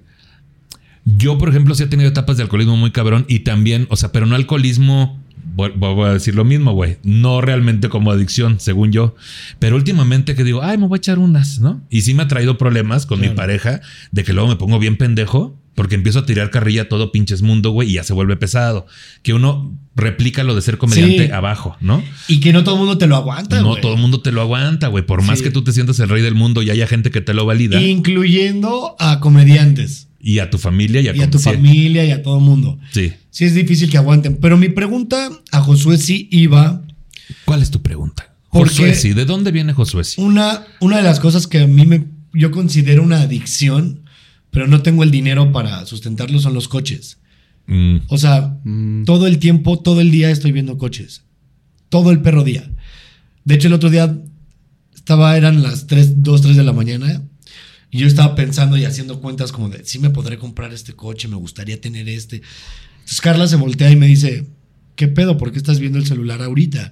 Yo, por ejemplo, sí he tenido etapas de alcoholismo muy cabrón y también, o sea, pero no alcoholismo, voy, voy a decir lo mismo, güey, no realmente como adicción, según yo, pero últimamente que digo, ay, me voy a echar unas, ¿no? Y sí me ha traído problemas con Claro. mi pareja de que luego me pongo bien pendejo porque empiezo a tirar carrilla a todo pinches mundo, güey, y ya se vuelve pesado. Que uno replica lo de ser comediante Sí. abajo, ¿no? Y que no todo el mundo te lo aguanta, No güey. todo el mundo te lo aguanta, güey. Por más Sí. que tú te sientas el rey del mundo y haya gente que te lo valida. Incluyendo a comediantes. Y a tu familia y a, Y a tu sí. familia y a todo el mundo. Sí. Sí es difícil que aguanten. Pero mi pregunta a Josué sí iba... ¿Cuál es tu pregunta? Porque- Josué, sí. ¿De dónde viene Josué? Sí? Una, una de las cosas que a mí me, yo considero una adicción, pero no tengo el dinero para sustentarlo, son los coches. Mm, O sea, Mm. todo el tiempo, todo el día estoy viendo coches. Todo el perro día. De hecho, el otro día estaba, eran las tres, dos, tres de la mañana. Y yo estaba pensando y haciendo cuentas como de, sí me podré comprar este coche, me gustaría tener este. Entonces Carla se voltea y me dice, ¿qué pedo? ¿Por qué estás viendo el celular ahorita?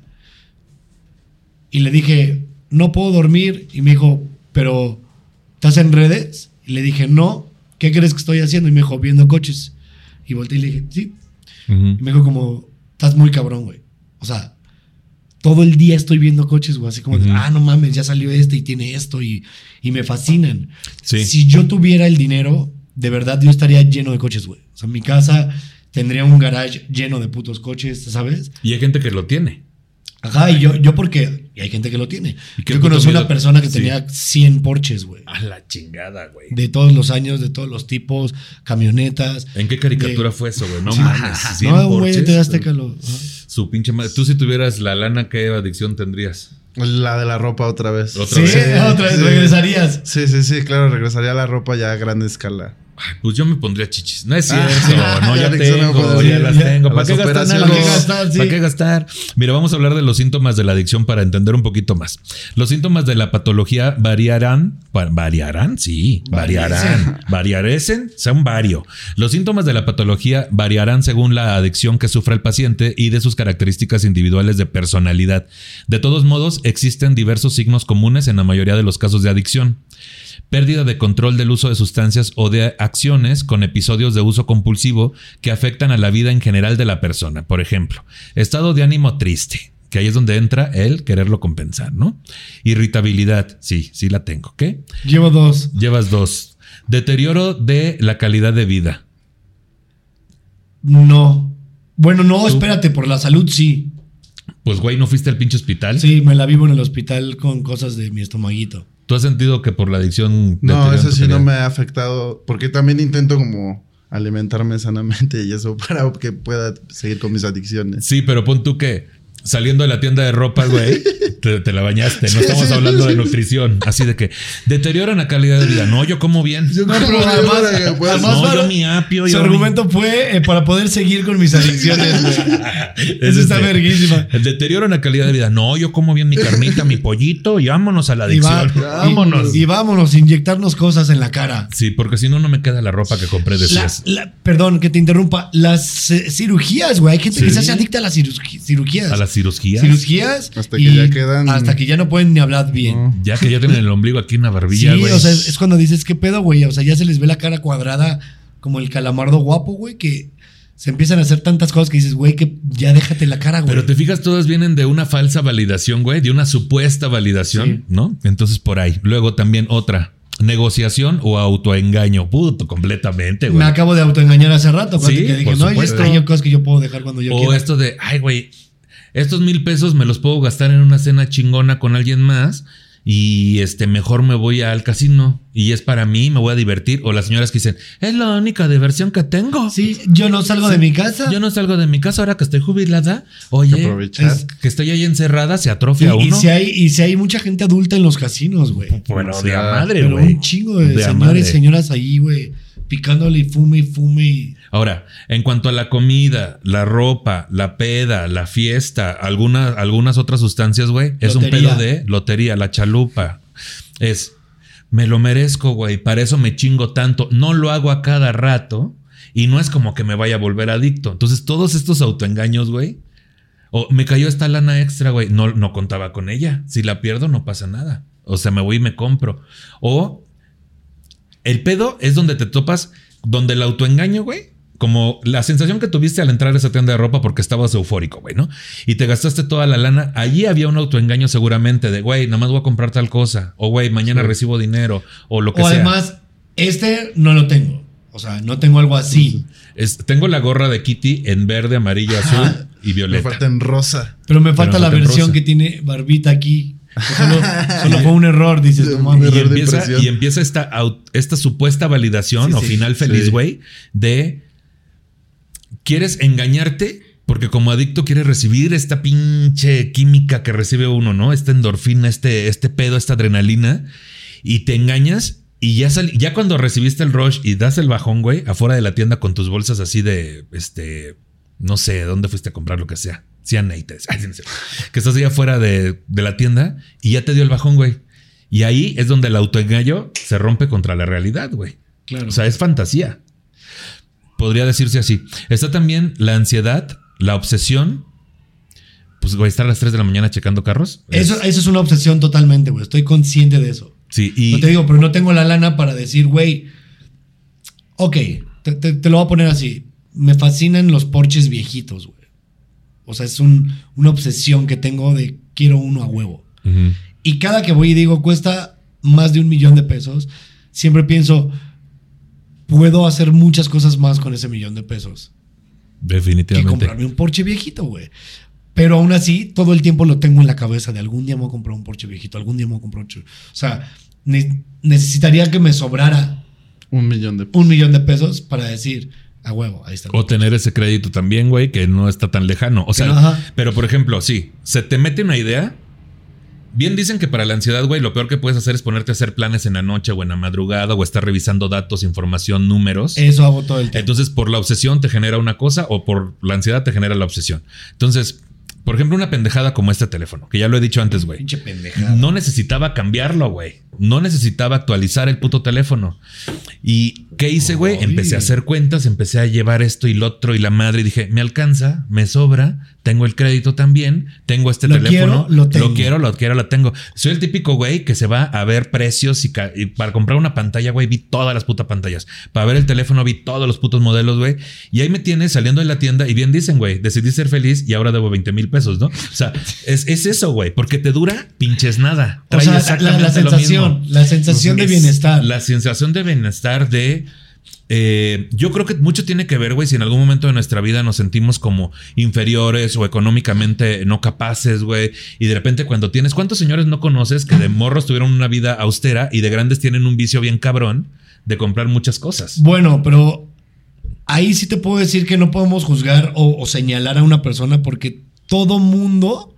Y le dije, no puedo dormir. Y me dijo, pero ¿estás en redes? Y le dije, no. ¿Qué crees que estoy haciendo? Y me dijo, viendo coches. Y volteé y le dije, sí. ujú. Y me dijo como, estás muy cabrón, güey. O sea, todo el día estoy viendo coches, güey. Así como, de, Ujú. ah, no mames, ya salió este y tiene esto y, y me fascinan. Sí. Si yo tuviera el dinero, de verdad yo estaría lleno de coches, güey. O sea, mi casa tendría un garage lleno de putos coches, ¿sabes? Y hay gente que lo tiene. Ajá, y yo, yo porque y hay gente que lo tiene. ¿Y qué Yo puto conocí miedo? una persona que Sí. tenía cien Porsches, güey. A la chingada, güey. De todos los años, de todos los tipos, camionetas. ¿En qué caricatura de- fue eso, güey? No mames. cien No, un güey de Porsches, T V Azteca lo... ajá. Su pinche madre. Tú si tuvieras la lana, ¿qué adicción tendrías? La de la ropa otra vez. ¿Otra Sí, vez? otra vez Sí. regresarías. Sí, sí, sí, claro, regresaría a la ropa ya a gran escala. Ay, pues yo me pondría chichis. No es cierto. Ah, no, ya ya Alex, no tengo. puedo Ya decir. las Ya, tengo. a ¿Para las qué gastar en operaciones. algo? ¿Para qué gastar? Sí. ¿Para qué gastar? Mira, vamos a hablar de los síntomas de la adicción para entender un poquito más. Los síntomas de la patología variarán. va- ¿Variarán? Sí. Variarán. Variarecen. Son varios. Los síntomas de la patología variarán según la adicción que sufra el paciente y de sus características individuales de personalidad. De todos modos, existen diversos signos comunes en la mayoría de los casos de adicción. Pérdida de control del uso de sustancias o de acciones con episodios de uso compulsivo que afectan a la vida en general de la persona. Por ejemplo, estado de ánimo triste, que ahí es donde entra el quererlo compensar, ¿no? Irritabilidad, sí, sí la tengo, ¿qué? Llevo dos. Llevas dos. Deterioro de la calidad de vida. No. Bueno, no, espérate, por la salud sí. Pues, güey, ¿no fuiste al pinche hospital? Sí, me la vivo en el hospital con cosas de mi estomaguito. ¿Tú has sentido que por la adicción... No, deterioran eso tu sí no calidad? me ha afectado. Porque también intento como alimentarme sanamente y eso para que pueda seguir con mis adicciones. Sí, pero pon tú que saliendo de la tienda de ropa, güey, te, te la bañaste. No estamos hablando de nutrición. Así de que deterioran la calidad de vida. No, yo como bien. Yo No, pero como además- para que pueda- además- No, para- yo mi apio. Su yo argumento fue eh, para poder seguir con mis adicciones, güey. mi- Eso está este, verguísima. Deterioran la calidad de vida. No, yo como bien mi carnita, mi pollito y vámonos a la Y, va- adicción. y- Vámonos. y vámonos, inyectarnos cosas en la cara. Sí, porque si no, no me queda la ropa que compré de La- días. la- perdón, que te interrumpa. Las eh, cirugías, güey. Hay gente que Sí. se hace adicta a las ciru- cirugías. A las cirugías. cirugías. Hasta que y ya quedan- Hasta que ya no pueden ni hablar bien. No. Ya que ya tienen el ombligo aquí en la Sí, barbilla, güey. o sea, es, es cuando dices, ¿qué pedo, güey? O sea, ya se les ve la cara cuadrada como el calamardo guapo, güey, que se empiezan a hacer tantas cosas que dices, güey, que ya déjate la cara, güey. Pero te fijas, todas vienen de una falsa validación, güey, de una supuesta validación, Sí. ¿no? Entonces por ahí. Luego también otra, negociación o autoengaño. Puto, completamente, güey. Me acabo de autoengañar hace rato. cuando Sí, que dije, por no, yo supuesto. extraño cosas que yo puedo dejar cuando yo O quiera. esto de, ay, güey, estos mil pesos me los puedo gastar en una cena chingona con alguien más y este mejor me voy al casino y es para mí, me voy a divertir. O las señoras que dicen, es la única diversión que tengo. Sí, yo no salgo de mi casa. Yo no salgo de mi casa ahora que estoy jubilada. Que Oye, aprovechar. es que estoy ahí encerrada, se y, atrofia y uno. si hay, y si hay mucha gente adulta en los casinos, güey. Bueno, O de sea, a madre, Pero güey. un chingo de, De a señores madre. y señoras ahí, güey, picándole y fume y fume y... Ahora, en cuanto a la comida, la ropa, la peda, la fiesta, alguna, algunas otras sustancias, güey, es un Lotería. pedo de lotería, la chalupa. Es, me lo merezco, güey, para eso me chingo tanto. No lo hago a cada rato y no es como que me vaya a volver adicto. Entonces, todos estos autoengaños, güey. O me cayó esta lana extra, güey. No, no contaba con ella. Si la pierdo, no pasa nada. O sea, me voy y me compro. O el pedo es donde te topas, donde el autoengaño, güey, como la sensación que tuviste al entrar a esa tienda de ropa porque estabas eufórico, güey, ¿no? Y te gastaste toda la lana. Allí había un autoengaño seguramente de, güey, nada más voy a comprar tal cosa. O, güey, mañana Sí. recibo dinero. O lo que O sea. además, este no lo tengo. O sea, no tengo algo así. Es- tengo la gorra de Kitty en verde, amarillo, Ajá. azul y Me violeta. falta en rosa. Pero me falta Pero la no te versión rosa. que tiene barbita aquí. Que Solo, solo fue un error, dices, no Un mames. Y error de empieza, impresión. y empieza esta, au- esta supuesta validación Sí, o sí, final feliz, sí. güey, de quieres engañarte porque como adicto quieres recibir esta pinche química que recibe uno, ¿no? Esta endorfina, este, este pedo, esta adrenalina y te engañas y ya sal- ya cuando recibiste el rush y das el bajón, güey, afuera de la tienda con tus bolsas así de, este, no sé, ¿dónde fuiste a comprar lo que sea? Cianeites, ay, sí, no sé. Que estás ahí afuera de, de la tienda y ya te dio el bajón, güey. Y ahí es donde el autoengaño se rompe contra la realidad, güey. Claro. O sea, es fantasía. Podría decirse así. Está también la ansiedad, la obsesión. Pues, güey, estar a las tres de la mañana checando carros. Eso, eso es una obsesión totalmente, güey. Estoy consciente de eso. Sí, y No te digo, pero no tengo la lana para decir, güey, ok, te, te- te lo voy a poner así. Me fascinan los Porches viejitos, güey. O sea, es un- una obsesión que tengo de quiero uno a huevo. Ujú. Y cada que voy y digo, cuesta más de un millón de pesos, siempre pienso, puedo hacer muchas cosas más con ese millón de pesos que definitivamente. comprarme un Porsche viejito, güey. Pero aún así, todo el tiempo lo tengo en la cabeza de algún día me voy a comprar un Porsche viejito, algún día me voy a comprar un... Porsche. O sea, ne- necesitaría que me sobrara Un millón de un millón de pesos para decir, a huevo, ahí está. el O tener ese crédito también, güey, que no está tan lejano. O sea, Ajá. pero por ejemplo, sí, se te mete una idea bien dicen que para la ansiedad, güey, lo peor que puedes hacer es ponerte a hacer planes en la noche o en la madrugada o estar revisando datos, información, números. Eso hago todo el tiempo. Entonces, por la obsesión te genera una cosa o por la ansiedad te genera la obsesión. Entonces, por ejemplo, una pendejada como este teléfono, que ya lo he dicho antes, güey. Pinche pendejada. No necesitaba cambiarlo, güey. No necesitaba actualizar el puto teléfono. ¿Y qué hice, güey? Empecé a hacer cuentas, empecé a llevar esto y lo otro y la madre y dije, me alcanza, me sobra, tengo el crédito también, tengo este lo teléfono, quiero, lo, tengo. lo quiero, lo quiero, lo tengo. Soy el típico güey que se va a ver precios y, ca- y para comprar una pantalla, güey, vi todas las putas pantallas. Para ver el teléfono vi todos los putos modelos, güey. Y ahí me tienes saliendo de la tienda y bien dicen, güey, decidí ser feliz y ahora debo veinte mil pesos, ¿no? O sea, es, es eso, güey, porque te dura pinches nada. O Trae sea, exactamente la, la lo sensación, mismo. la sensación de Es bienestar. La sensación de bienestar de... Eh, yo creo que mucho tiene que ver, güey, si en algún momento de nuestra vida nos sentimos como inferiores o económicamente no capaces, güey. Y de repente cuando tienes... ¿Cuántos señores no conoces que de morros tuvieron una vida austera y de grandes tienen un vicio bien cabrón de comprar muchas cosas? Bueno, pero ahí sí te puedo decir que no podemos juzgar o, o señalar a una persona porque todo mundo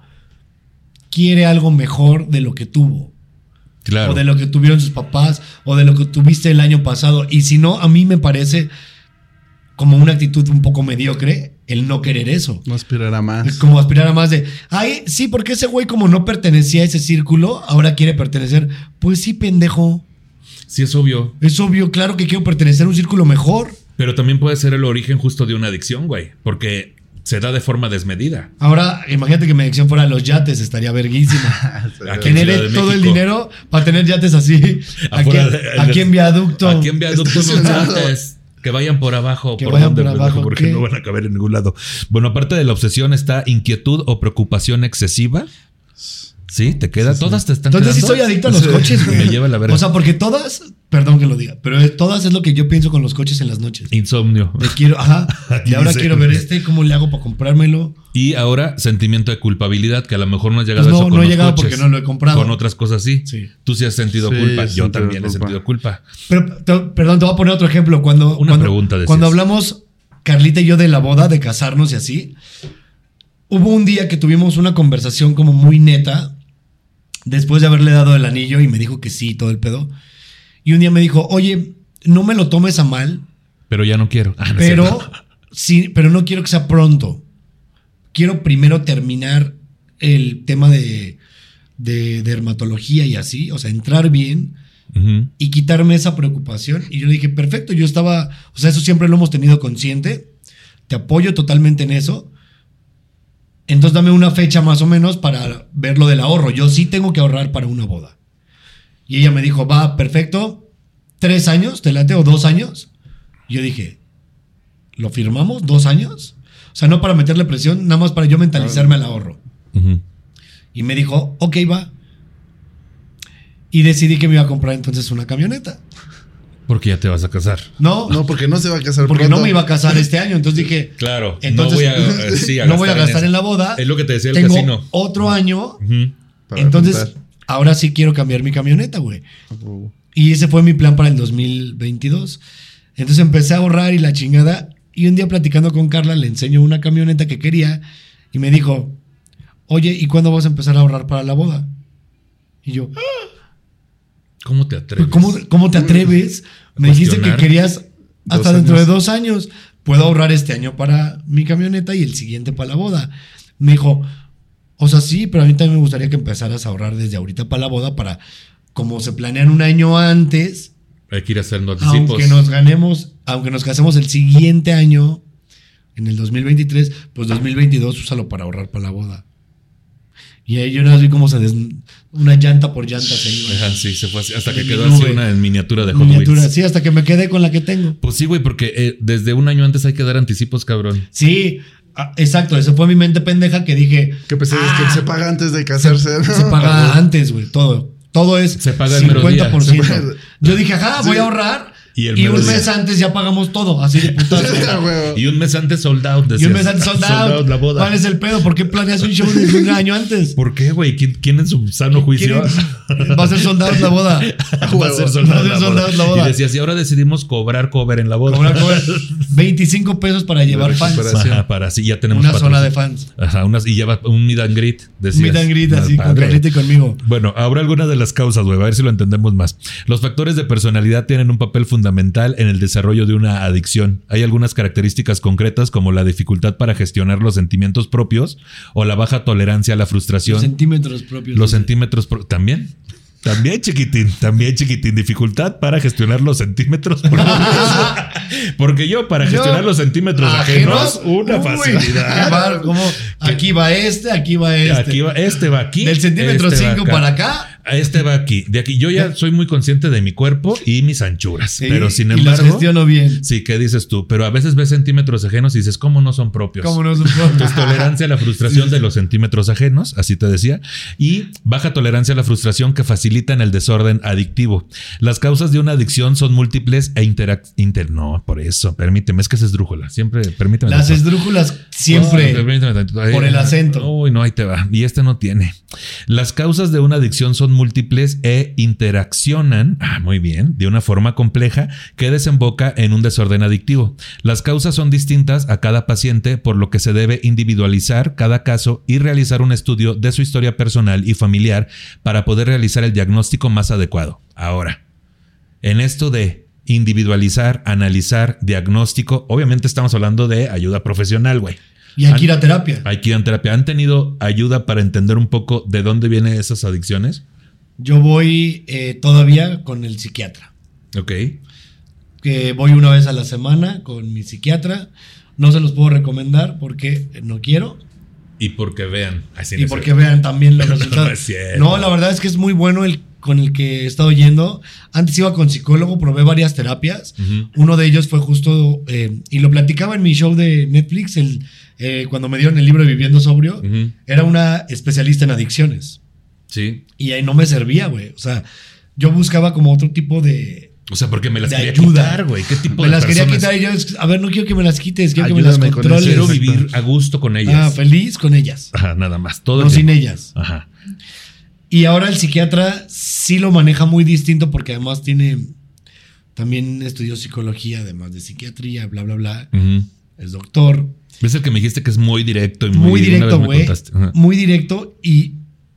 quiere algo mejor de lo que tuvo. Claro. O de lo que tuvieron sus papás, o de lo que tuviste el año pasado. Y si no, a mí me parece como una actitud un poco mediocre el no querer eso. No aspirar a más. Como aspirar a más de, ay, sí, porque ese güey como no pertenecía a ese círculo, ahora quiere pertenecer. Pues sí, pendejo. Sí, es obvio. Es obvio, claro que quiero pertenecer a un círculo mejor. Pero también puede ser el origen justo de una adicción, güey. Porque se da de forma desmedida. Ahora, imagínate que mi adicción fuera a los yates, estaría verguísima. Aquí en Ciudad Generé de todo el México. dinero para tener yates así. Aquí, Afuera de- aquí en viaducto. Aquí en viaducto unos Estacionado. yates. Que vayan por abajo. Que ¿Por vayan dónde, por pendejo? abajo, Porque ¿qué? no van a caber en ningún lado. Bueno, aparte de la obsesión está inquietud o preocupación excesiva. ¿Sí? ¿Te queda? ¿Todas te están Entonces sí quedando? soy adicto a los Sí. coches, güey. Me lleva la verga. O sea, porque todas, perdón que lo diga, pero es- todas es lo que yo pienso con los coches en las noches. Insomnio. De quiero, ajá. Aquí Y ahora dice. quiero ver este, ¿cómo le hago para comprármelo? Y ahora sentimiento de culpabilidad, que a lo mejor no has llegado Pues a no, eso con no he los llegado coches. porque no lo he comprado. Con otras cosas sí. Sí. Tú sí has sentido Sí, culpa. he Yo sentido también he culpa. sentido culpa. Pero, te- perdón, te voy a poner otro ejemplo. Cuando, Una cuando, pregunta, decías. cuando hablamos, Carlita y yo, de la boda, de casarnos y así, hubo un día que tuvimos una conversación como muy neta, después de haberle dado el anillo y me dijo que sí, todo el pedo. Y un día me dijo, oye, no me lo tomes a mal, Pero ya no quiero. Ah, no es pero, cierto. sí, pero no quiero que sea pronto. Quiero primero terminar el tema de, de dermatología y así, o sea, entrar bien Ujú. y quitarme esa preocupación. Y yo le dije, perfecto, yo estaba, o sea, eso siempre lo hemos tenido consciente, te apoyo totalmente en eso. Entonces dame una fecha más o menos para ver lo del ahorro. Yo sí tengo que ahorrar para una boda. Y ella me dijo, va, perfecto, tres años, ¿te late? O dos años. Y yo dije, ¿lo firmamos? ¿Dos años? O sea, no para meterle presión, nada más para yo mentalizarme al ahorro. Ujú. Y me dijo, ok, va. Y decidí que me iba a comprar entonces una camioneta. Porque ya te vas a casar. No, No, porque no se va a casar porque pronto. no me iba a casar este año. Entonces dije, Claro. entonces no voy a, eh, sí, a no voy a gastar gastar en, eso. la boda. Es lo que te decía el Tengo casino. otro año. Ujú. Para Entonces, juntar. ahora sí quiero cambiar mi camioneta, güey. Y ese fue mi plan para el dos mil veintidós. Entonces empecé a ahorrar y la chingada. Y un día platicando con Carla le enseño una camioneta que quería. Y me dijo, oye, ¿y cuándo vas a empezar a ahorrar para la boda? Y yo, ¿Cómo te atreves? ¿cómo, cómo te atreves? Me dijiste que cuestionar? querías hasta Dos dentro años. de dos años. Puedo ahorrar este año para mi camioneta y el siguiente para la boda. Me dijo, o sea, sí, pero a mí también me gustaría que empezaras a ahorrar desde ahorita para la boda para, como se planean un año antes, Hay que ir haciendo anticipos. aunque nos ganemos, aunque nos casemos el siguiente año, en el dos mil veintitrés, pues dos mil veintidós úsalo para ahorrar para la boda. Y ahí yo no vi cómo se des... una llanta por llanta se iba. Ajá, sí, se fue así. Hasta que En quedó mi así nube. una en miniatura de Hot Miniatura, Wheels. sí, hasta que me quedé con la que tengo. Pues sí, güey, porque eh, desde un año antes hay que dar anticipos, cabrón. Sí, ah, exacto, eso fue mi mente pendeja que dije, Que pensé, ah, es que se paga antes de casarse. ¿no? se paga antes, güey, todo. Todo es Se paga el mero día. cincuenta por ciento. Se paga- Yo dije, ajá, voy Sí. a ahorrar Y, el Y un mero mes día. antes ya pagamos todo, así de putazo. Ah, huevo. Y un mes antes sold out. Y decías. un mes antes sold Sold out. la boda. ¿Cuál es el pedo? ¿Por qué planeas un show desde un año antes? ¿Por qué, güey? ¿Quién, quién en su sano juicio ¿Quieren- Va a ser sold out la boda. va a ser sold Va a out ser la sold boda? out la boda. Y decías, y ahora decidimos cobrar cover en la boda. Cobrar, cobrar veinticinco pesos para llevar fans. Ajá, para así ya tenemos Una zona de patrocinio. fans. Ajá, unas, y lleva un meet and greet. Decías. Meet and greet Ah, así, con padre. Carlita y conmigo. Bueno, ahora algunas de las causas, güey, a ver si lo entendemos más. Los factores de personalidad tienen un papel fundamental en el desarrollo de una adicción. Hay algunas características concretas como la dificultad para gestionar los sentimientos propios o la baja tolerancia a la frustración. Los centímetros propios. Los centímetros pro- también. También, chiquitín, también, chiquitín. Dificultad para gestionar los centímetros propios. Porque yo, para gestionar Yo, los centímetros ajenos, una uy, facilidad. va, como, aquí va este, aquí va este. Aquí va, este va aquí. Del centímetro este va cinco acá. para acá. Este va aquí. De aquí. Yo ya soy muy consciente de mi cuerpo y mis anchuras. Sí, pero sin y los embargo. gestiono bien. Sí, ¿qué dices tú? Pero a veces ves centímetros ajenos y dices, ¿cómo no son propios? ¿Cómo no supo? Entonces, tolerancia a la frustración de los centímetros ajenos, así te decía, y baja tolerancia a la frustración que facilitan el desorden adictivo. Las causas de una adicción son múltiples e interac... Inter... No, por eso, permíteme, es que es esdrújula. Siempre, permíteme. Las tantito. esdrújulas siempre. Oh, permíteme tantito. Ahí. por el acento. Uy, no, ahí te va. Y este no tiene. Las causas de una adicción son múltiples e interaccionan, ah, muy bien, de una forma compleja que desemboca en un desorden adictivo. Las causas son distintas a cada paciente, por lo que se debe individualizar cada caso y realizar un estudio de su historia personal y familiar para poder realizar el diagnóstico más adecuado. Ahora, en esto de individualizar, analizar, diagnóstico, obviamente estamos hablando de ayuda profesional, güey. Y hay que ir a terapia. Hay que ir a terapia. ¿Han tenido ayuda para entender un poco de dónde vienen esas adicciones? Yo voy eh, todavía con el psiquiatra. Ok. Que voy una vez a la semana con mi psiquiatra. No se los puedo recomendar porque no quiero. Y porque vean. Así Y no porque se ve. vean también los No resultados. es cierto. No, la verdad es que es muy bueno el con el que he estado yendo. Antes iba con psicólogo, probé varias terapias. Ujú. Uno de ellos fue justo, eh, y lo platicaba en mi show de Netflix, el, eh, cuando me dieron el libro de Viviendo Sobrio. Ujú. Era una especialista en adicciones. Sí. Y ahí no me servía, güey. O sea, yo buscaba como otro tipo de... O sea, porque me las De quería ayuda. quitar, güey. ¿Qué tipo Me de las quería personas? quitar y yo, a ver, no quiero que me las quites, quiero que me Ayúdame las con controles. Quiero Exacto. vivir a gusto con ellas. Ah, feliz con ellas. Ajá, nada más. Todo No el sin tiempo. ellas. Ajá. Y ahora el psiquiatra sí lo maneja muy distinto porque además tiene... También estudió psicología, además de psiquiatría, bla, bla, bla. Ujú. Es doctor. Es el que me dijiste que es muy directo y muy, Muy una directo, vez me güey. contaste. Ajá. Muy directo y...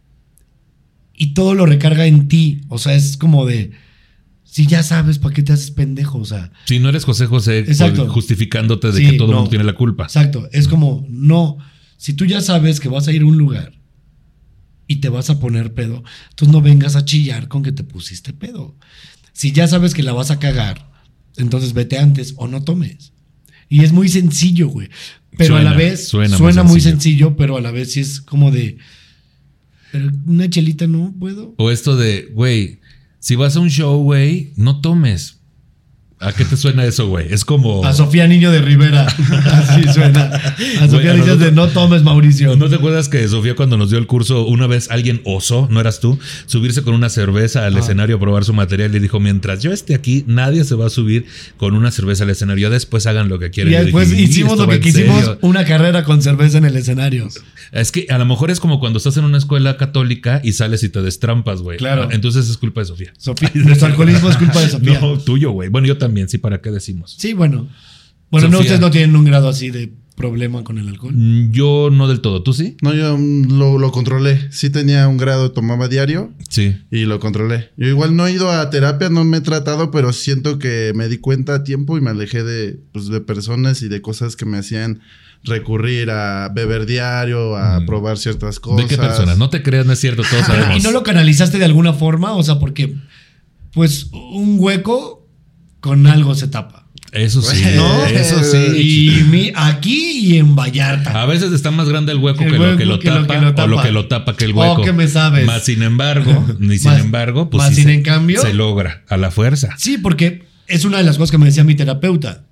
Y todo lo recarga en ti. O sea, es como de... Si ya sabes, ¿para qué te haces pendejo? O sea... Si no eres José José Exacto. justificándote de Sí, que todo el no. mundo tiene la culpa. Exacto. Es como, no. Si tú ya sabes que vas a ir a un lugar y te vas a poner pedo, entonces no vengas a chillar con que te pusiste pedo. Si ya sabes que la vas a cagar, entonces vete antes o no tomes. Y es muy sencillo, güey. Pero Suena, a la vez suena suena, muy muy, sencillo. sencillo, pero a la vez sí es como de... Pero una chelita no puedo. O esto de, güey, si vas a un show, güey, no tomes. ¿A qué te suena eso, güey? Es como... A Sofía Niño de Rivera. Así suena. A Güey, Sofía a dices de nosotros- no tomes, Mauricio. ¿No te acuerdas que Sofía cuando nos dio el curso una vez alguien osó, no eras tú, subirse con una cerveza al Ah. escenario a probar su material y dijo, mientras yo esté aquí, nadie se va a subir con una cerveza al escenario, después hagan lo que quieran. Y Yo después dije, "Y hicimos esto lo va que en quisimos, serio". una carrera con cerveza en el escenario. Es que a lo mejor es como cuando estás en una escuela católica y sales y te destrampas, güey. Claro. Ah, entonces es culpa de Sofía. Sofía, nuestro alcoholismo es culpa de Sofía. No, tuyo, güey. Bueno, yo también, sí, ¿para qué decimos? Sí, bueno. Bueno, no, Sofía. ustedes no tienen un grado así de problema con el alcohol. Mm, Yo no del todo, ¿tú sí? No, yo mm, lo, lo controlé. Sí tenía un grado, tomaba diario Sí. y lo controlé. Yo igual no he ido a terapia, no me he tratado, pero siento que me di cuenta a tiempo y me alejé de, pues, de personas y de cosas que me hacían recurrir a beber diario, a Mm. probar ciertas cosas. ¿De qué personas? No te creas, no es cierto, todos sabemos. ¿Y no lo canalizaste de alguna forma? O sea, porque pues un hueco con algo se tapa. Eso sí, ¿No? eso sí. Y mi, aquí y en Vallarta. A veces está más grande el hueco El que, hueco lo que lo que lo tapa que lo o lo tapa. que lo tapa que el Oh, hueco. ¿qué me sabes? Más sin embargo, ni sin Más- embargo, pues más sí sin se, en cambio. se logra a la fuerza. Sí, porque es una de las cosas que me decía mi terapeuta.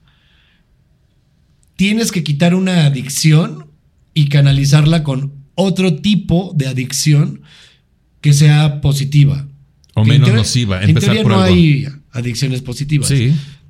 Tienes que quitar una adicción y canalizarla con otro tipo de adicción que sea positiva. O Que en menos teoría- nociva. En Empezar teoría por no algo. hay adicciones positivas. Sí.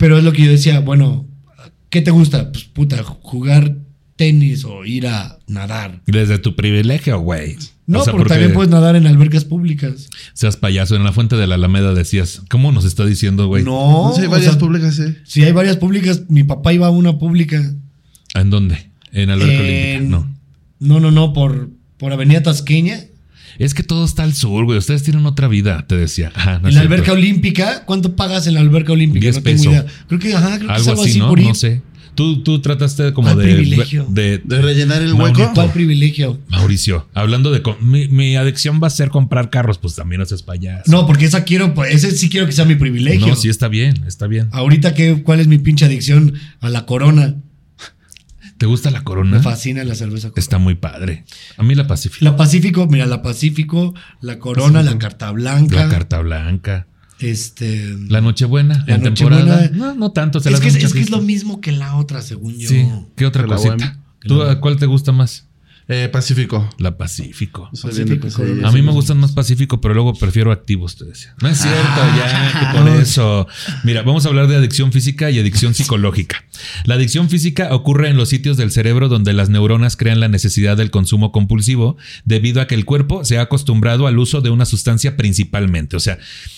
Pero es lo que yo decía, bueno, ¿qué te gusta? Pues puta, jugar tenis o ir a nadar. Desde tu privilegio, güey. No, o sea, porque también puedes nadar en albercas públicas. Seas payaso. En la fuente de la Alameda decías, ¿cómo nos está diciendo, güey? No. No sé, hay varias o sea, públicas, sí. Sí, hay varias públicas. Mi papá iba a una pública. ¿En dónde? En alberca olímpica. En- No. No, no, no, por, por Avenida Tasqueña. Es que todo está al sur, güey. Ustedes tienen otra vida, te decía. Ajá, no En es la cierto. alberca olímpica, ¿cuánto pagas en la alberca olímpica? diez no tengo pesos. idea. Creo que, ajá, creo que es Algo algo así, así ¿no? por ir. No sé. Tú, tú trataste como ¿Cuál de, privilegio? de, De rellenar el Mauricio. hueco. ¿Cuál privilegio? Mauricio, hablando de... com- Mi, mi adicción va a ser comprar carros. Pues también no seas payaso. No, porque esa quiero, pues, ese sí quiero que sea mi privilegio. No, sí está bien, está bien. Ahorita, ¿qué, ¿cuál es mi pinche adicción a la Corona? ¿Te gusta la Corona? Me fascina la cerveza Corona. Está muy padre. A mí la Pacífico. La Pacífico, mira, la Pacífico, la Corona, la Carta Blanca. La Carta Blanca. Este. La Nochebuena. La en Nochebuena. temporada. No, no tanto. Se Es las que, da es, mucha es que es fiesta. lo mismo que la otra, según yo. Sí. ¿Qué otra Que la cosita? Bohemia. ¿Tú a cuál te gusta más? Eh, Pacífico. La Pacífico. Soy bien de Pacífico, Pacífico. A mí me gustan más Pacífico, pero luego prefiero activos, te decía. No es cierto, ya, que por eso. Mira, vamos a hablar de adicción física y adicción psicológica. La adicción física ocurre en los sitios del cerebro donde las neuronas crean la necesidad del consumo compulsivo debido a que el cuerpo se ha acostumbrado al uso de una sustancia principalmente. O sea,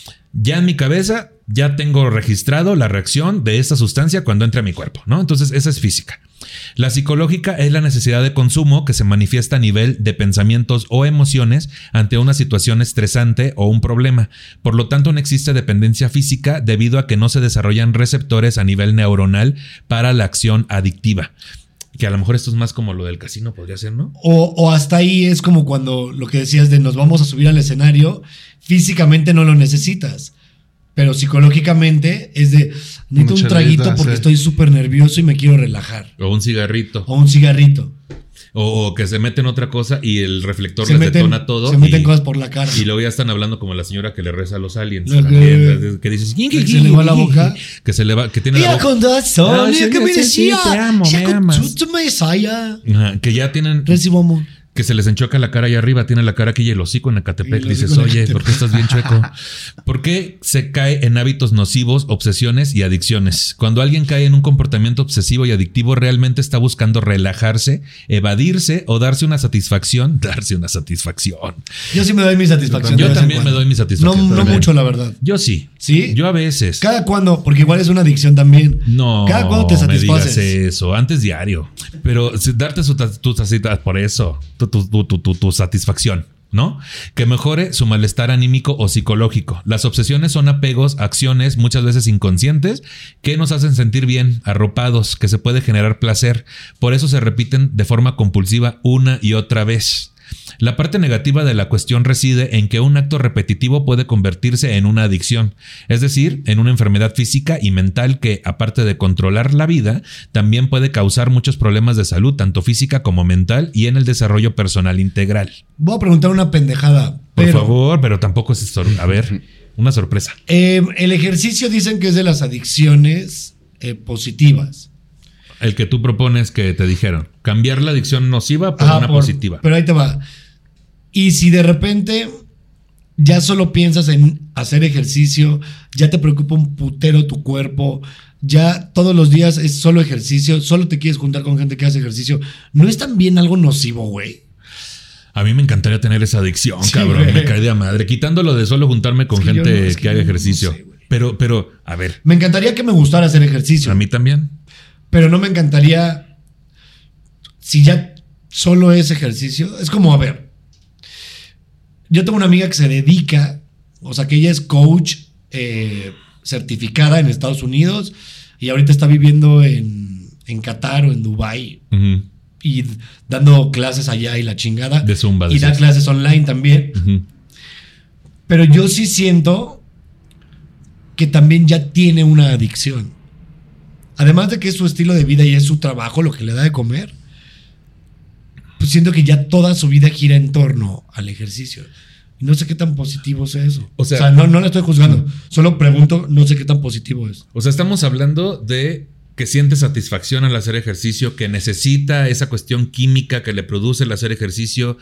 ya en mi cabeza ya tengo registrado la reacción de esta sustancia cuando entra a mi cuerpo, ¿no? Entonces, esa es física. La psicológica es la necesidad de consumo que se manifiesta a nivel de pensamientos o emociones ante una situación estresante o un problema. Por lo tanto, no existe dependencia física debido a que no se desarrollan receptores a nivel neuronal para la acción adictiva. Que a lo mejor esto es más como lo del casino, podría ser, ¿no? O, o hasta ahí es como cuando lo que decías de nos vamos a subir al escenario, físicamente no lo necesitas, pero psicológicamente es de necesito un Mucha traguito chelita, porque sí. estoy súper nervioso y me quiero relajar. O un cigarrito. O un cigarrito. O, o que se meten otra cosa y el reflector Se les meten, detona todo. se meten y, cosas por la cara. y luego ya están hablando como la señora que le reza a los aliens. Lo que- También, que dices... que se le va la boca. Que se le va... Que tiene la Mira boca... con razón, Ay, mira sí, que me sí, decía. sí, te amo, Ya me con amas. tu Mesaya. Ajá, que ya tienen... Recibo amor. Que se les enchoca la cara allá arriba, tiene la cara aquí y el hocico en Ecatepec. Y el Dices, hocico en oye, Ecatepec. ¿por qué estás bien chueco? ¿Por qué se cae en hábitos nocivos, obsesiones y adicciones? Cuando alguien cae en un comportamiento obsesivo y adictivo, realmente está buscando relajarse, evadirse o darse una satisfacción. Darse una satisfacción. Yo sí me doy mi satisfacción. Yo de vez en también me cuando. doy mi satisfacción. No, no También. mucho, la verdad. Yo sí. ¿Sí? Yo a veces. Cada cuando, porque igual es una adicción también. No, Cada cuando te me digas satisfaces. eso. Antes diario. Pero si- darte su, ta- tu tacita por eso. Tu, tu, tu, tu, tu- tu satisfacción, ¿no? Que mejore su malestar anímico o psicológico. Las obsesiones son apegos, acciones, muchas veces inconscientes, que nos hacen sentir bien, arropados, que se puede generar placer. Por eso se repiten de forma compulsiva una y otra vez. La parte negativa de la cuestión reside en que un acto repetitivo puede convertirse en una adicción, es decir, en una enfermedad física y mental que, aparte de controlar la vida, también puede causar muchos problemas de salud, tanto física como mental, y en el desarrollo personal integral. Voy a preguntar una pendejada. Por pero, favor, pero tampoco es sor- a ver, una sorpresa. eh, el ejercicio dicen que es de las adicciones eh, positivas. El que tú propones que te dijeron, cambiar la adicción nociva por Ajá, una por- positiva. Pero ahí te va. Y si de repente ya solo piensas en hacer ejercicio, ya te preocupa un putero tu cuerpo, ya todos los días es solo ejercicio, solo te quieres juntar con gente que hace ejercicio, ¿no es también algo nocivo, güey? A mí me encantaría tener esa adicción, Sí, cabrón. güey. Me cae de a madre. Quitándolo de solo juntarme con Es que yo gente no- es que, que haga yo no ejercicio. sé, güey. pero, pero, a ver, Me encantaría que me gustara hacer ejercicio, a mí también. pero no me encantaría si ya solo es ejercicio. Es como, a ver, yo tengo una amiga que se dedica, o sea, que ella es coach eh, certificada en Estados Unidos y ahorita está viviendo en, en Qatar o en Dubái Ujú, y dando clases allá y la chingada. De Zumba, Y da decías. clases online también. ujú. Pero yo sí siento que también ya tiene una adicción. Además de que es su estilo de vida y es su trabajo lo que le da de comer, pues siento que ya toda su vida gira en torno al ejercicio. Y no sé qué tan positivo sea eso. O O sea- sea, no, no la estoy juzgando. Solo pregunto, no sé qué tan positivo es. O sea, estamos hablando de que siente satisfacción al hacer ejercicio, que necesita esa cuestión química que le produce el hacer ejercicio,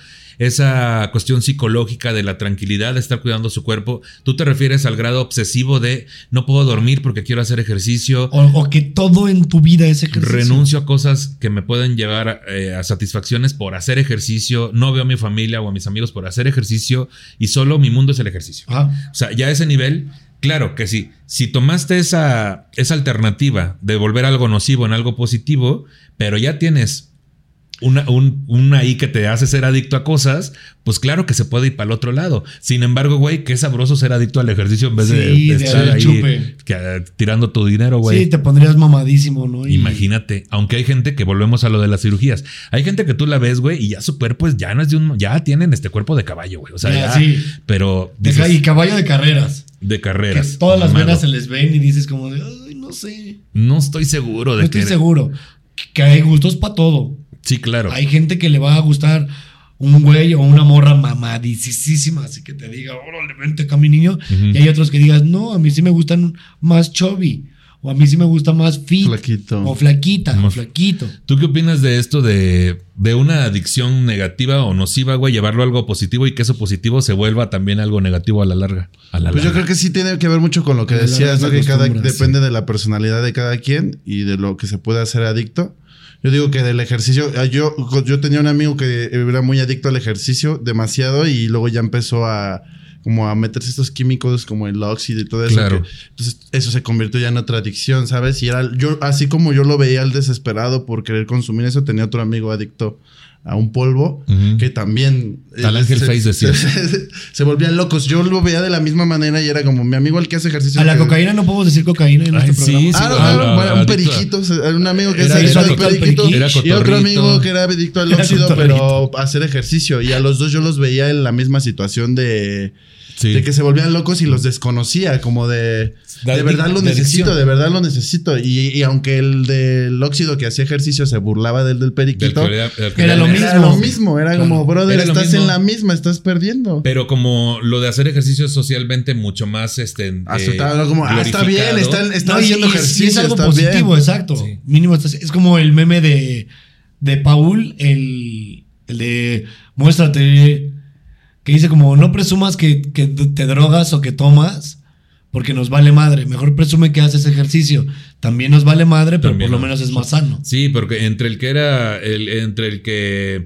esa cuestión psicológica de la tranquilidad de estar cuidando su cuerpo. ¿Tú te refieres al grado obsesivo de no puedo dormir porque quiero hacer ejercicio? O, o que todo en tu vida es ejercicio. Renuncio a cosas que me pueden llevar a, eh, a satisfacciones por hacer ejercicio. No veo a mi familia o a mis amigos por hacer ejercicio y solo mi mundo es el ejercicio. Ajá. O sea, ya a ese nivel... Claro que sí. Si tomaste esa, esa alternativa de volver algo nocivo en algo positivo, pero ya tienes una, un, una ahí que te hace ser adicto a cosas, pues claro que se puede ir para el otro lado. Sin embargo, güey, qué sabroso ser adicto al ejercicio en vez Sí, de, de de estar ahí chupe. que, uh, tirando tu dinero, güey. Sí, te pondrías mamadísimo, ¿no? Y- Imagínate, aunque hay gente que volvemos a lo de las cirugías. Hay gente que tú la ves, güey, y ya su cuerpo es, ya no es de un, ya tienen este cuerpo de caballo, güey. O sea, Ya, ya, sí. pero de dices, ca- y caballo de carreras. de Que carreras. todas las mamado. venas se les ven y dices como de, ay, no sé. No estoy seguro No de estoy que. seguro. Que hay gustos para todo. Sí, claro. Hay gente que le va a gustar un güey o una morra mamadicísima, así que te diga, órale, vente acá, mi niño. Ujú. Y hay otros que digas, no, a mí sí me gustan más chubby. O a mí sí me gusta más fit. Flaquito. O flaquita, Más- o flaquito. ¿Tú qué opinas de esto de, de una adicción negativa o nociva, güey? Llevarlo a algo positivo y que eso positivo se vuelva también algo negativo a la larga. A la Pues yo larga. creo que sí tiene que ver mucho con lo que De la decías, ¿no? larga Que cada acostumbras, depende de la personalidad de cada quien y de lo que se puede hacer adicto. Yo digo que del ejercicio, ah, yo, yo tenía un amigo que era muy adicto al ejercicio, demasiado, y luego ya empezó a como a meterse estos químicos como el óxido y todo eso. Claro. que- entonces eso se convirtió ya en otra adicción, ¿sabes? Y era yo, así como yo lo veía al desesperado por querer consumir eso, tenía otro amigo adicto a un polvo Ujú. que también Al eh, Ángel se, Face decía. se, se volvían locos. Yo lo veía de la misma manera y era como mi amigo el que hace ejercicio. A la que- cocaína no podemos decir cocaína en Ay, este sí, programa. Ah, no, a- no, a- bueno, un adicto a- periquito, o sea, un amigo que Era- es era adicto al cotorrito. periquito Era y otro cotorrito. amigo que era adicto al Era óxido, cotorrito. pero a hacer ejercicio. Y a los dos yo los veía en la misma situación de, Sí. de que se volvían locos y los desconocía, como de De de verdad adic- lo de necesito, adicción. de verdad lo necesito. Y, y aunque el del óxido que hacía ejercicio se burlaba del del Del periquito, que era- del que Era lo era mismo. lo mismo, era Claro. como, brother, Era lo estás mismo. en la misma, estás perdiendo. Pero como lo de hacer ejercicio es socialmente mucho más este Aceptado, como, ah, está bien, glorificado. está, está No, y- haciendo y es- y ejercicio, es algo está positivo, bien. exacto. Sí. Mínimo estás- es como el meme de, de Paul, el, el de muéstrate, que dice como no presumas que, que te drogas o que tomas, porque nos vale madre. Mejor presume que haces ejercicio. También nos vale madre, pero También, por lo ¿no? menos es más sano. Sí, porque entre el que era el, entre el que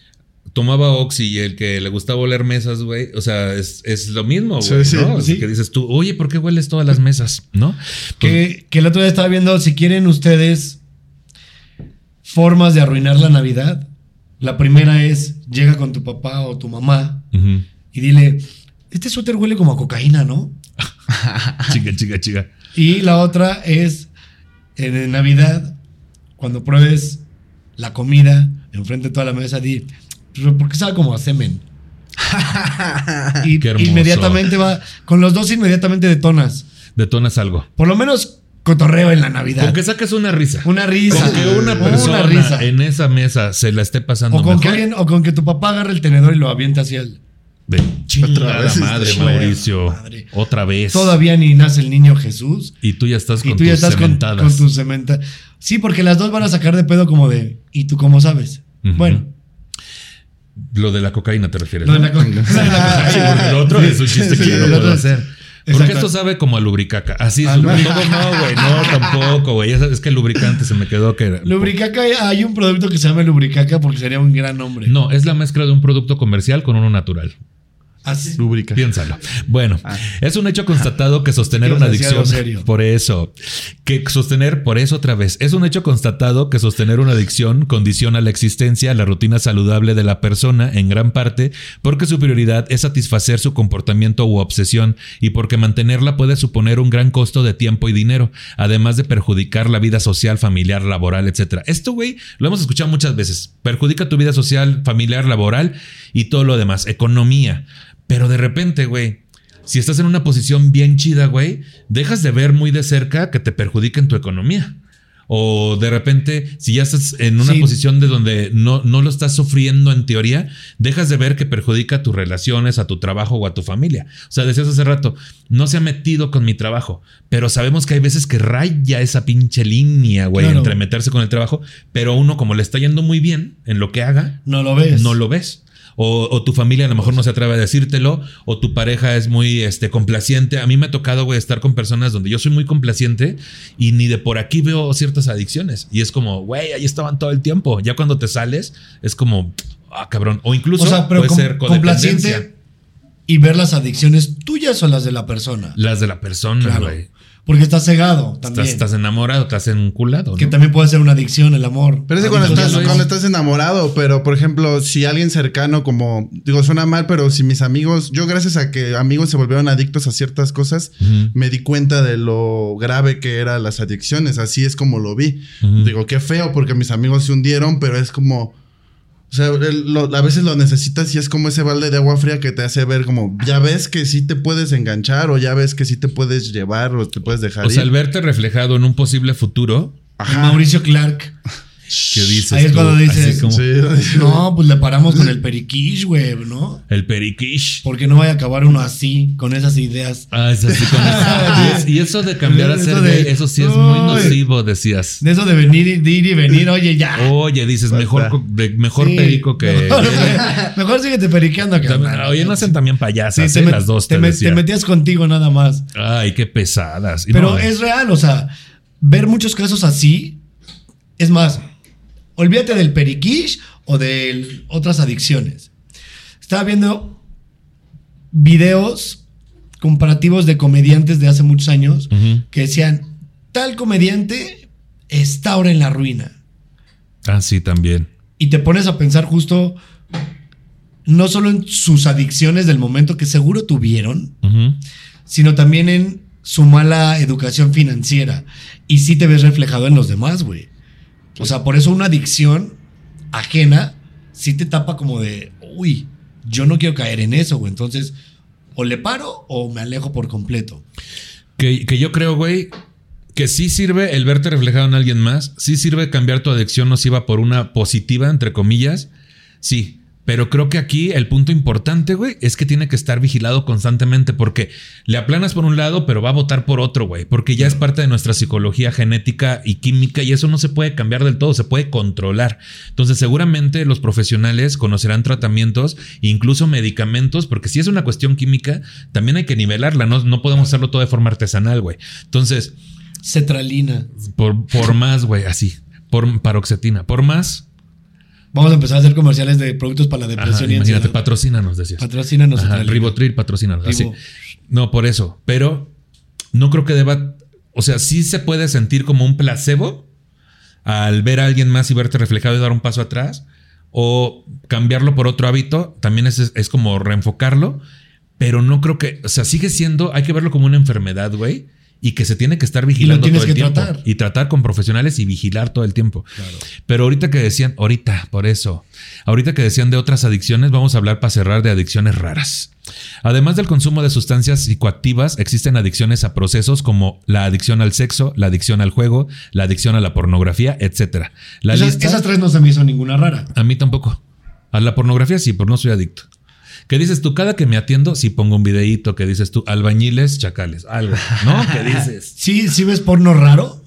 tomaba Oxy y el que le gustaba oler mesas, güey, o sea, es, es lo mismo, güey, Sí, sí, ¿no? sí. Es que dices tú, oye, ¿por qué hueles todas las mesas? ¿No? Pues, Que, que el otro día estaba viendo, si quieren ustedes formas de arruinar la Navidad. La primera es, llega con tu papá o tu mamá ujú. y dile, este suéter huele como a cocaína, ¿no? Chica, chica, chica. Y la otra es, en Navidad, cuando pruebes la comida enfrente de toda la mesa, di, "Pero ¿por qué sabe como a semen?" Y Qué hermoso. inmediatamente va, con los dos inmediatamente detonas. Detonas algo. Por lo menos cotorreo en la Navidad. Con que saques una risa. Una risa. Con que una persona risa. en esa mesa se la esté pasando O con, mejor. que alguien, o con que tu papá agarre el tenedor y lo aviente hacia él. De chingada Otra vez, madre, este, Mauricio. madre. Otra vez. Todavía ni nace el niño Jesús. Y tú ya estás con Y tú ya tus estás con, cementadas. con tus cementa. Sí, porque las dos van a sacar de pedo como de, ¿y tú cómo sabes? Ujú. Bueno, Lo de la cocaína te refieres. lo de ¿no? la co- Sí, porque lo otro es un chiste Sí, que yo no el otro puedo es- hacer. Porque Exacto. esto sabe como a lubricaca. Así es. A todo lubricaca. no, güey. No, tampoco, güey. Es, es que el lubricante se me quedó que... Lubricaca, hay un producto que se llama Lubricaca porque sería un gran nombre. No, es la mezcla de un producto comercial con uno natural. Así. Lubrica. Piénsalo. Bueno, Ah. es un hecho constatado que sostener Ibas una a decir adicción. algo serio. Por eso. Que sostener, por eso otra vez. Es un hecho constatado que sostener una adicción condiciona la existencia, la rutina saludable de la persona en gran parte porque su prioridad es satisfacer su comportamiento u obsesión y porque mantenerla puede suponer un gran costo de tiempo y dinero, además de perjudicar la vida social, familiar, laboral, etcétera. Esto, güey, lo hemos escuchado muchas veces. Perjudica tu vida social, familiar, laboral y todo lo demás. Economía. Pero de repente, güey, si estás en una posición bien chida, güey, dejas de ver muy de cerca que te perjudiquen tu economía. O de repente, si ya estás en una Sí. posición de donde no, no lo estás sufriendo en teoría, dejas de ver que perjudica a tus relaciones, a tu trabajo o a tu familia. O sea, decías hace rato, no se ha metido con mi trabajo, pero sabemos que hay veces que raya esa pinche línea, güey, Claro. entre meterse con el trabajo, pero uno como le está yendo muy bien en lo que haga, No lo ves. no lo ves. O, o tu familia a lo mejor no se atreve a decírtelo, o tu pareja es muy este, complaciente. A mí me ha tocado, güey, estar con personas donde yo soy muy complaciente y ni de por aquí veo ciertas adicciones. Y es como, güey, ahí estaban todo el tiempo. Ya cuando te sales, es como, ah, cabrón. O incluso O sea, pero puede com- ser codependencia. complaciente y ver las adicciones tuyas o las de la persona. Las de la persona, Claro. güey. Porque estás cegado también. Estás, estás enamorado, estás enculado, ¿no? Que también puede ser una adicción, el amor. Pero es que cuando Adicción estás, al amor. cuando estás enamorado, pero por ejemplo, si alguien cercano, como digo, suena mal, pero si mis amigos, yo gracias a que amigos se volvieron adictos a ciertas cosas, Ujú. me di cuenta de lo grave que eran las adicciones. Así es como lo vi. Ujú. Digo, qué feo porque mis amigos se hundieron, pero es como, o sea, el- lo- a veces lo necesitas y es como ese balde de agua fría que te hace ver como, ya ves que sí te puedes enganchar o ya ves que sí te puedes llevar o te puedes dejar O sea, ir. al verte reflejado en un posible futuro, Ajá. Mauricio Clark. ¿qué dices Ahí es tú? cuando dices, Así como Sí. no, pues le paramos con el periquish, güey, ¿no? el periquish. Porque no vaya a acabar uno así, con esas ideas. Ah, es así con eso. Y eso de cambiar a Eso ser de- gay, eso sí es muy Ay. nocivo, decías. De eso de venir y de ir y venir, oye, ya. Oye, dices, mejor, co- de- mejor Sí, perico que... Mejor, mejor síguete periqueando que También- hablar. oye, no hacen también Sí, payasas, te ¿eh? met- Las dos te, te, met- decía. te metías contigo nada más. Ay, qué pesadas. Y Pero no, es real, o sea, ver muchos casos así. Es más, olvídate del periquish o de otras adicciones. Estaba viendo videos comparativos de comediantes de hace muchos años Ujú. que decían, tal comediante está ahora en la ruina. Ah, sí, también. Y te pones a pensar justo no solo en sus adicciones del momento que seguro tuvieron, Ujú. sino también en su mala educación financiera. Y sí te ves reflejado en los demás, güey. O sea, por eso una adicción ajena sí te tapa como de, uy, yo no quiero caer en eso, güey. Entonces, o le paro o me alejo por completo. Que, que yo creo, güey, que sí sirve el verte reflejado en alguien más. Sí sirve cambiar tu adicción nociva por una positiva, entre comillas. Sí. Pero creo que aquí el punto importante, güey, es que tiene que estar vigilado constantemente porque le aplanas por un lado, pero va a votar por otro, güey, porque ya es parte de nuestra psicología genética y química y eso no se puede cambiar del todo, se puede controlar. Entonces, seguramente los profesionales conocerán tratamientos, incluso medicamentos, porque si es una cuestión química, también hay que nivelarla, no, no podemos hacerlo todo de forma artesanal, güey. Entonces, Cetralina. por, por más, güey, así, por paroxetina, por más. Vamos a empezar a hacer comerciales de productos para la Ajá, depresión y imagínate, ansiedad. patrocínanos, decías. Patrocínanos. Ajá, Cetralina. Ribotril, patrocínanos. Así. Ribo. No, por eso. Pero no creo que deba. O sea, sí se puede sentir como un placebo al ver a alguien más y verte reflejado y dar un paso atrás. O cambiarlo por otro hábito. También es, es como reenfocarlo. Pero no creo que. O sea, sigue siendo. Hay que verlo como una enfermedad, güey. Y que se tiene que estar vigilando tienes todo el que tiempo. tratar. Y tratar con profesionales y vigilar todo el tiempo. Claro. Pero ahorita que decían, ahorita, por eso, ahorita que decían de otras adicciones, vamos a hablar para cerrar de adicciones raras. Además del consumo de sustancias psicoactivas, existen adicciones a procesos como la adicción al sexo, la adicción al juego, la adicción a la pornografía, etcétera. La Esas, lista, esas tres no se me hizo ninguna rara. a mí tampoco. A la pornografía sí, pero no soy adicto. ¿Qué dices tú? Cada que me atiendo, sí pongo un videíto que dices tú, albañiles, chacales, algo, ¿no? ¿Qué dices? ¿Sí, sí ves porno raro?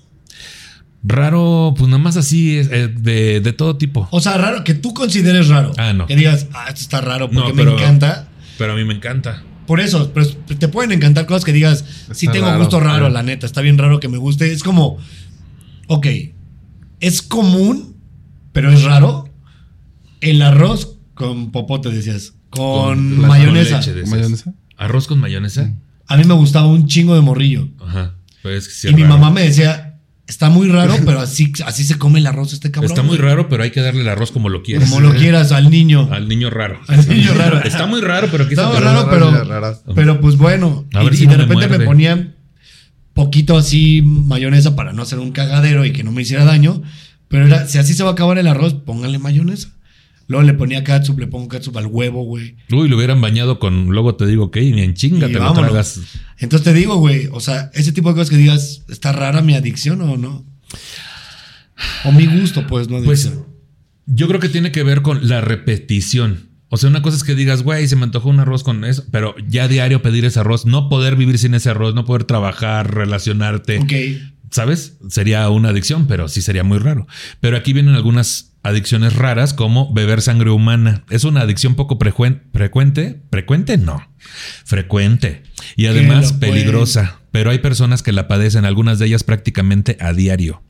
Raro, pues nada más así, eh, de, de todo tipo. O sea, raro, que tú consideres raro. Ah, no. Que digas, ah, esto está raro porque No, me pero- encanta. Pero a mí me encanta. Por eso, pero te pueden encantar cosas que digas, sí Está tengo raro, gusto raro, claro. la neta, está bien raro que me guste. Es como, ok, es común, pero es raro. El arroz con popote, decías, con, Con- mayonesa. con leche, decías. ¿Mayonesa? ¿Arroz con mayonesa? A mí me gustaba un chingo de morrillo. Ajá. Pues es que sí y es mi raro. mamá me decía, está muy raro, pero así, así se come el arroz este cabrón. Está muy güey. raro, pero hay que darle el arroz como lo quieras. Como lo quieras, al niño. Al niño raro. Al niño raro. Está muy raro, pero aquí Está está muy raro, pero, raro. pero pues bueno. A Y, ver si y no de me repente me, muerde. ponían poquito así mayonesa para no hacer un cagadero y que no me hiciera daño. Pero era, si así se va a acabar el arroz, póngale mayonesa. Luego le ponía catsup, le pongo catsup al huevo, güey. Uy, lo hubieran bañado con. Luego te digo que ni en chinga Y te lo vámonos. tragas. Entonces te digo, güey, o sea, ese tipo de cosas que digas, ¿está rara mi adicción o no? O mi gusto, pues, no Pues adicción. yo creo que tiene que ver con la repetición. O sea, una cosa es que digas, güey, se me antojó un arroz con eso, pero ya diario pedir ese arroz, no poder vivir sin ese arroz, no poder trabajar, relacionarte. Ok. ¿Sabes? Sería una adicción, pero sí sería muy raro. Pero aquí vienen algunas adicciones raras como beber sangre humana. Es una adicción poco frecuen- frecuente. ¿Frecuente? No. Frecuente. Y además lo peligrosa. pueden. Pero hay personas que la padecen, algunas de ellas prácticamente a diario.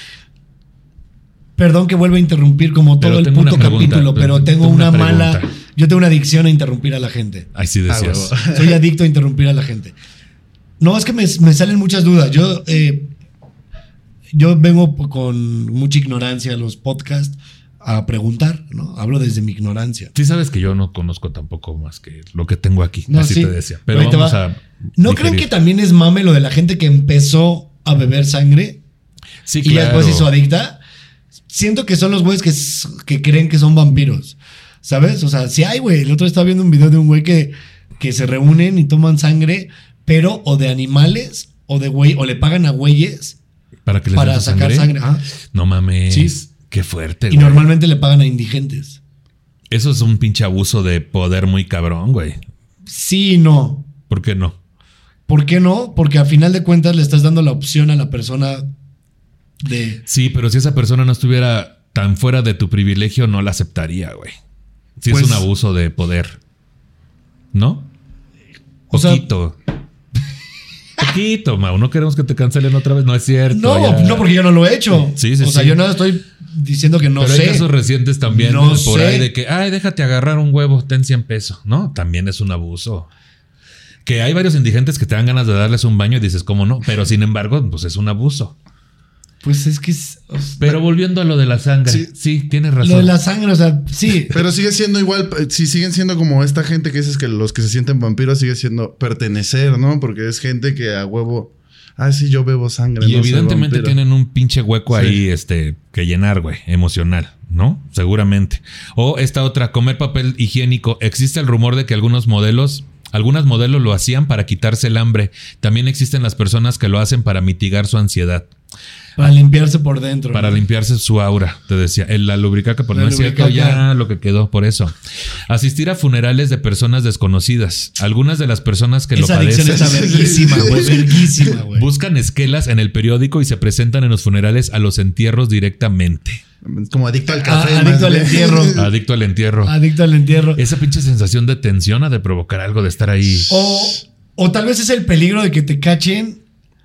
Perdón que vuelva a interrumpir como Pero todo el tengo una puto pregunta, capítulo, pero tengo, tengo una, una mala... pregunta. Yo tengo una adicción a interrumpir a la gente. Ay, sí decías. Ah, Soy adicto a interrumpir a la gente. No, es que me, me salen muchas dudas. Yo, eh, yo vengo con mucha ignorancia a los podcasts a preguntar, ¿no? Hablo desde mi ignorancia. Sí sabes que yo no conozco tampoco más que lo que tengo aquí. No, Así sí. te decía. Pero Ahí te vamos va. a... ¿No digerir. creen que también es mame lo de la gente que empezó a beber sangre Sí, y ya claro. después se hizo adicta? Siento que son los güeyes que, s- que creen que son vampiros. ¿Sabes? O sea, si hay, güey. El otro día estaba viendo un video de un güey que, que se reúnen y toman sangre, pero o de animales o de güey, o le pagan a güeyes ¿Para que les para den su sacar sangre. Ajá. No mames. Sí. Qué fuerte, Y güey. normalmente le pagan a indigentes. Eso es un pinche abuso de poder muy cabrón, güey. Sí y no. ¿Por qué no? ¿Por qué no? Porque a final de cuentas le estás dando la opción a la persona de... Sí, pero si esa persona no estuviera tan fuera de tu privilegio, no la aceptaría, güey. Sí Pues- es un abuso de poder. ¿No? O sea- Poquito. Poquito, Mau. No queremos que te cancelen otra vez. No es cierto. No, ya. no, porque yo no lo he hecho. Sí, sí, o sea, sí. yo nada estoy diciendo que no Pero sé. hay casos recientes también No por sé. ahí de que, ay, déjate agarrar un huevo, ten cien pesos. No, también es un abuso. Que hay varios indigentes que te dan ganas de darles un baño y dices, ¿cómo no? Pero sin embargo, pues es un abuso. Pues es que... es- o sea, Pero volviendo a lo de la sangre, sí, Sí. tienes razón. lo de la sangre, o sea, sí. Pero sigue siendo igual, eh, si siguen siendo como esta gente que dices que los que se sienten vampiros sigue siendo pertenecer, ¿no? Porque es gente que a huevo, ah, sí, yo bebo sangre. Y no soy evidentemente vampiro. tienen un pinche hueco Sí. ahí este, que llenar, güey, emocional, ¿no? Seguramente. O esta otra, comer papel higiénico. Existe el rumor de que algunos modelos, algunas modelos lo hacían para quitarse el hambre. También existen las personas que lo hacen para mitigar su ansiedad. Para limpiarse por dentro. Para ¿no? limpiarse su aura, te decía. El, la lubricaca, pero La no es cierto lubricaca. ya lo que quedó por eso. Asistir a funerales de personas desconocidas. Algunas de las personas que Esa lo adicción padecen está verguísima, güey. Verguísima, güey. buscan esquelas en el periódico y se presentan en los funerales a los entierros directamente. Como adicto al Ah, café. adicto más al bien. entierro. Adicto al entierro. Adicto al entierro. Esa pinche sensación de tensión ha de provocar algo de estar ahí. O, o tal vez es el peligro de que te cachen.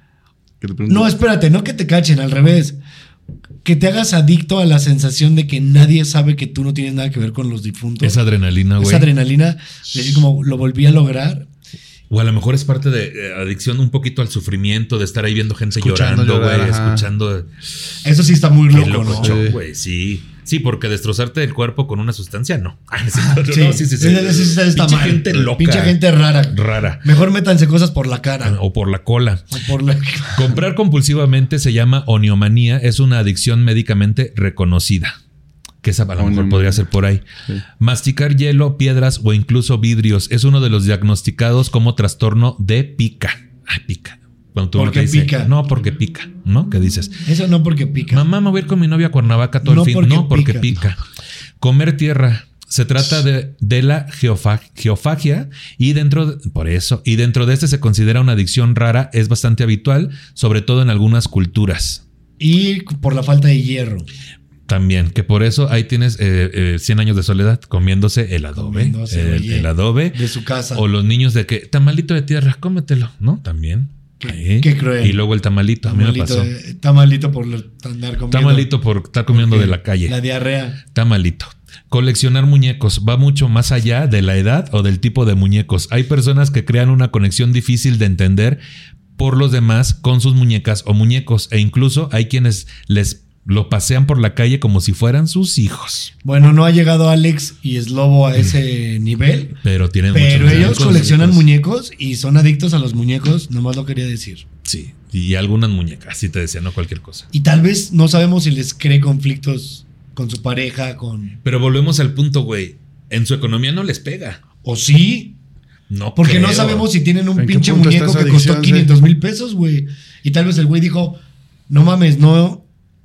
Que le pregunto, No, espérate, no que te cachen, al revés. Que te hagas adicto a la sensación de que nadie sabe que tú no tienes nada que ver con los difuntos. Esa adrenalina, güey. Esa adrenalina, decir como lo volví a lograr. O a lo mejor es parte de eh, adicción un poquito al sufrimiento, de estar ahí viendo gente Escuchando llorando, güey, llorar, ajá. escuchando. Eso sí está muy Qué loco, ¿no? locochón, Sí. güey, sí. Sí, porque destrozarte el cuerpo con una sustancia, no. Ay, sí, no, Sí, no, sí, sí, sí. Eso sí está, está Pinche mal. gente loca. Pinche gente rara. Rara. Mejor métanse cosas por la cara. O por la cola. O por la... Comprar compulsivamente se llama oniomanía, es una adicción médicamente reconocida. Que esa a lo mejor Oniomanía. podría ser por ahí. Sí. Masticar hielo, piedras o incluso vidrios es uno de los diagnosticados como trastorno de pica. Ay, pica. Cuando tu Porque mamá te dice, pica. no, porque pica, ¿no? ¿Qué dices? Eso no porque pica. Mamá, me voy a ir con mi novia a Cuernavaca todo No el fin. porque No, porque pica. pica. Comer tierra. Se trata de, de la geofa- geofagia y dentro de, por eso, y dentro de este se considera una adicción rara, es bastante habitual, sobre todo en algunas culturas. Y por la falta de hierro. También, que por eso ahí tienes eh, eh, cien años de soledad comiéndose el adobe. Comiéndose, el, oye, el adobe. de su casa. O los niños de que tamalito de tierra, cómetelo, ¿no? También. Qué- Ahí. qué cruel. Y luego el tamalito, a mí me pasó. eh, Está malito por lo- andar comiendo. Está malito por estar comiendo Porque de la calle. La diarrea. Está malito. Coleccionar muñecos va mucho más allá de la edad o del tipo de muñecos. Hay personas que crean una conexión difícil de entender por los demás con sus muñecas o muñecos e incluso hay quienes les lo pasean por la calle como si fueran sus hijos. Bueno, no ha llegado Alex y Slobo a ese nivel. Pero tienen Pero muchos ellos muñecos. coleccionan muñecos y son adictos a los muñecos. Nomás lo quería decir. Sí, y algunas muñecas, así te decía, no cualquier cosa. Y tal vez no sabemos si les cree conflictos con su pareja, con... Pero volvemos al punto, güey. En su economía no les pega. O sí, No porque creo. no sabemos si tienen un ¿En qué pinche punto muñeco está que esa costó adicción, quinientos mil pesos, güey. Y tal vez el güey dijo, no mames, no...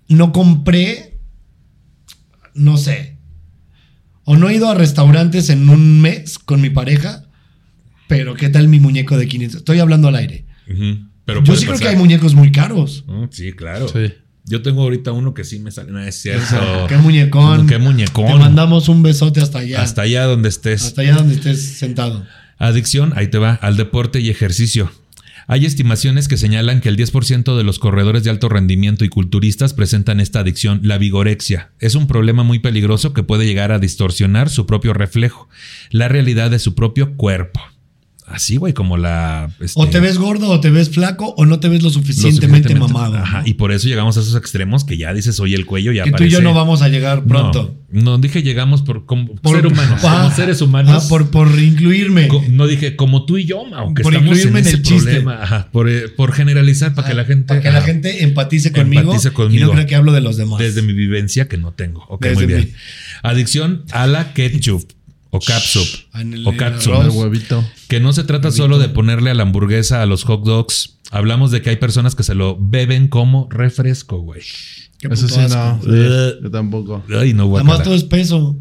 no compré, no sé, o no he ido a restaurantes en un mes con mi pareja, pero ¿qué tal mi muñeco de quinientos? Estoy hablando al aire. Uh-huh. Pero yo sí pasar. creo que hay muñecos muy caros. Oh, sí, claro. Sí. Yo tengo ahorita uno que sí me sale. No, es cierto. Qué muñecón. Qué muñecón. Te mandamos un besote hasta allá. Hasta allá donde estés. Hasta allá donde estés sentado. Adicción, ahí te va, al deporte y ejercicio. Hay estimaciones que señalan que el diez por ciento de los corredores de alto rendimiento y culturistas presentan esta adicción, la vigorexia. Es un problema muy peligroso que puede llegar a distorsionar su propio reflejo, la realidad de su propio cuerpo. Así, güey, como la... Este, o te ves gordo, o te ves flaco, o no te ves lo suficientemente, lo suficientemente mamado. Ajá, ¿no? Y por eso llegamos a esos extremos que ya dices, oye, el cuello ya que parece... tú y yo no vamos a llegar pronto. No, no dije llegamos por, como Por- ser humanos, ah, como seres humanos. Ah, por, por incluirme. Co- no dije como tú y yo, aunque Por estamos incluirme en en ese el chiste. problema. Ajá, por, eh, por generalizar para Ah, que la gente... para que la ajá, gente empatice conmigo, empatice y conmigo. no crea que hablo de los demás. Desde mi vivencia que no tengo. Ok, Desde muy bien. mi- Adicción a la ketchup o catsup En el- o en el catsup. arroz. El huevito. Que no se trata solo de ponerle a la hamburguesa, a los hot dogs. Hablamos de que hay personas que se lo beben como refresco, güey. Qué Eso puto sí, asco. no. Eh. Yo tampoco. Ay, no, Además guacala. todo es peso.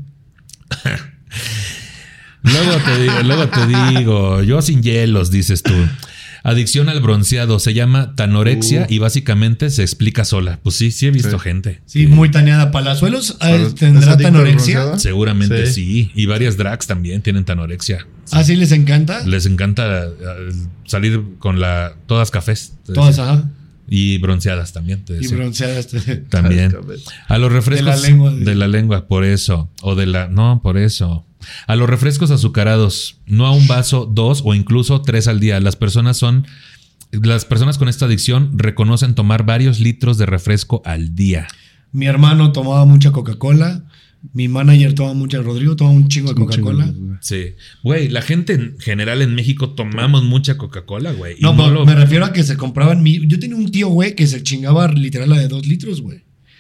Luego te digo, luego te digo, yo sin hielos, dices tú. Adicción al bronceado se llama tanorexia Uh. y básicamente se explica sola. Pues sí, sí he visto Sí. gente. Sí, que muy taneada. Palazuelos eh, Pero, ¿es tendrá adicto al tanorexia. bronceado? Seguramente Sí. sí. Y varias drags también tienen tanorexia. ¿Ah, sí les encanta? Les encanta eh, salir con la todas cafés. te Todas, decía. ajá. Y bronceadas también. Te Y decía. bronceadas. También. A los refrescos. De la lengua, de- De la lengua, por eso. O de la. No, por eso. A los refrescos azucarados. No a un vaso, dos o incluso tres al día. Las personas son. Las personas con esta adicción reconocen tomar varios litros de refresco al día. Mi hermano tomaba mucha Coca-Cola. Mi manager toma mucha. Rodrigo toma un chingo de Un chingo, Coca-Cola. güey. Sí. Güey, la gente en general en México tomamos mucha Coca-Cola, güey. y No, me, lo- me refiero a que se compraban. Mi, yo tenía un tío, güey, que se chingaba literal la de dos litros, güey.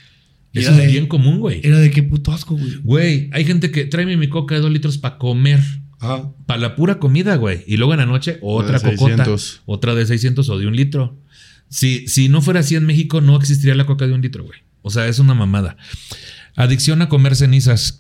Y Eso era es de- bien común, güey. Era de qué puto asco, güey. Güey, hay gente que tráeme mi coca de dos litros para comer. Ajá. Para la pura comida, güey. Y luego en la noche otra de cocota. seiscientos. Otra de seiscientos o de un litro. Si, si no fuera así en México, no existiría la coca de un litro, güey. O sea, es una mamada. Adicción a comer cenizas.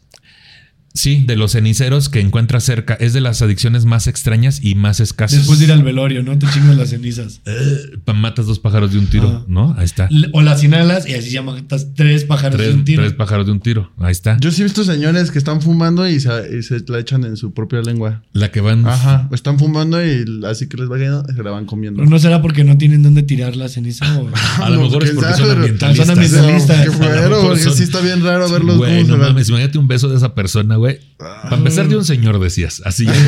Sí, de los ceniceros que encuentras cerca. Es de las adicciones más extrañas y más escasas. Después de ir al velorio, ¿no? Te chingas las cenizas. Eh, matas dos pájaros de un tiro, Ajá. ¿no? Ahí está. L- O las inhalas y así ya matas tres pájaros Tres, de un tiro. tres pájaros de un tiro. Ahí está. Yo sí he visto señores que están fumando y se, y se la echan en su propia lengua. La que van. Ajá. Están fumando y así que les va cayendo, se la van comiendo. Pero no será porque no tienen dónde tirar la ceniza o... A lo No, mejor es quién porque sabe, son pero- ambientalistas. Son ambientalistas. Qué A lo fuero, mejor porque son- sí está bien raro verlos Güey, cómo no se la- mames, imagínate un beso de esa persona, güey. Para empezar de un señor, decías. Así ya.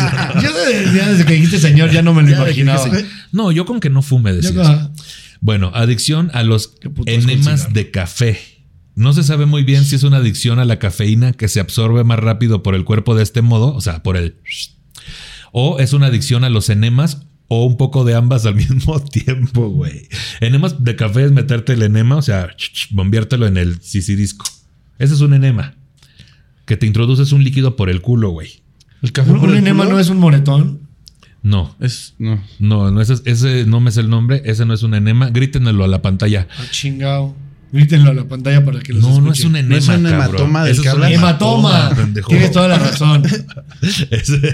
Yo de- ya desde que dijiste señor ya no me lo Ya, imaginaba. que- que sí. No, yo con que no fume, Yo, decías. ah, Bueno, adicción a los Qué puto asco el enemas cigarro. de café. No se sabe muy bien si es una adicción a la cafeína que se absorbe más rápido por el cuerpo de este modo, o sea, por el... O es una adicción a los enemas o un poco de ambas al mismo tiempo, güey. Enemas de café es meterte el enema, o sea, bombeártelo en el sisirisco. Ese es un enema. Que te introduces un líquido por el culo, güey. ¿El café un por un el enema culo? no es un moretón. No, Es, no. no, no ese, ese no me es el nombre, ese no es un enema. Grítenlo a la pantalla. Ah, chingao. Grítenlo a la pantalla para que los No, no es escuchen. un enema, ¿No es un cabrón. hematoma del Eso que es un hablas? Hematoma. pendejo. Tienes toda la razón. Ese-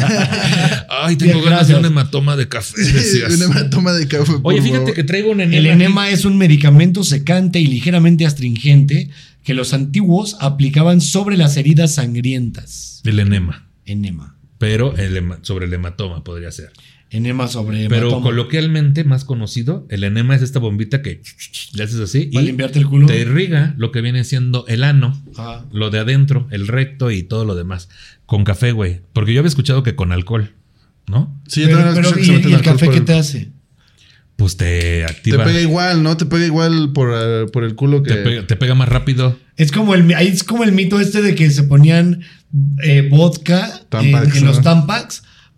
Ay, tengo Bien, ganas de gracias. un hematoma de café. decías. Un hematoma de café. por Oye, fíjate favor. que traigo un enema. El aquí. enema es un medicamento secante y ligeramente astringente que los antiguos aplicaban sobre las heridas sangrientas. El enema. Enema. Pero el hema- sobre el hematoma podría ser. Enema sobre Pero hematoma. coloquialmente más conocido, el enema es esta bombita que le haces así Para y limpiarte el culo. te irriga lo que viene siendo el ano, Ajá. lo de adentro, el recto y todo lo demás. Con café, güey. Porque yo había escuchado que con alcohol, ¿no? Sí, yo Pero, también pero, escuché que ¿y, se meten y el alcohol café por qué el- te hace? Pues te Te activa. pega igual, ¿no? Te pega igual por, eh, por el culo que... Te pega, te pega más rápido. Es como el, ahí es como el mito este de que se ponían eh, vodka en, Tampax, en los ¿no? Tampax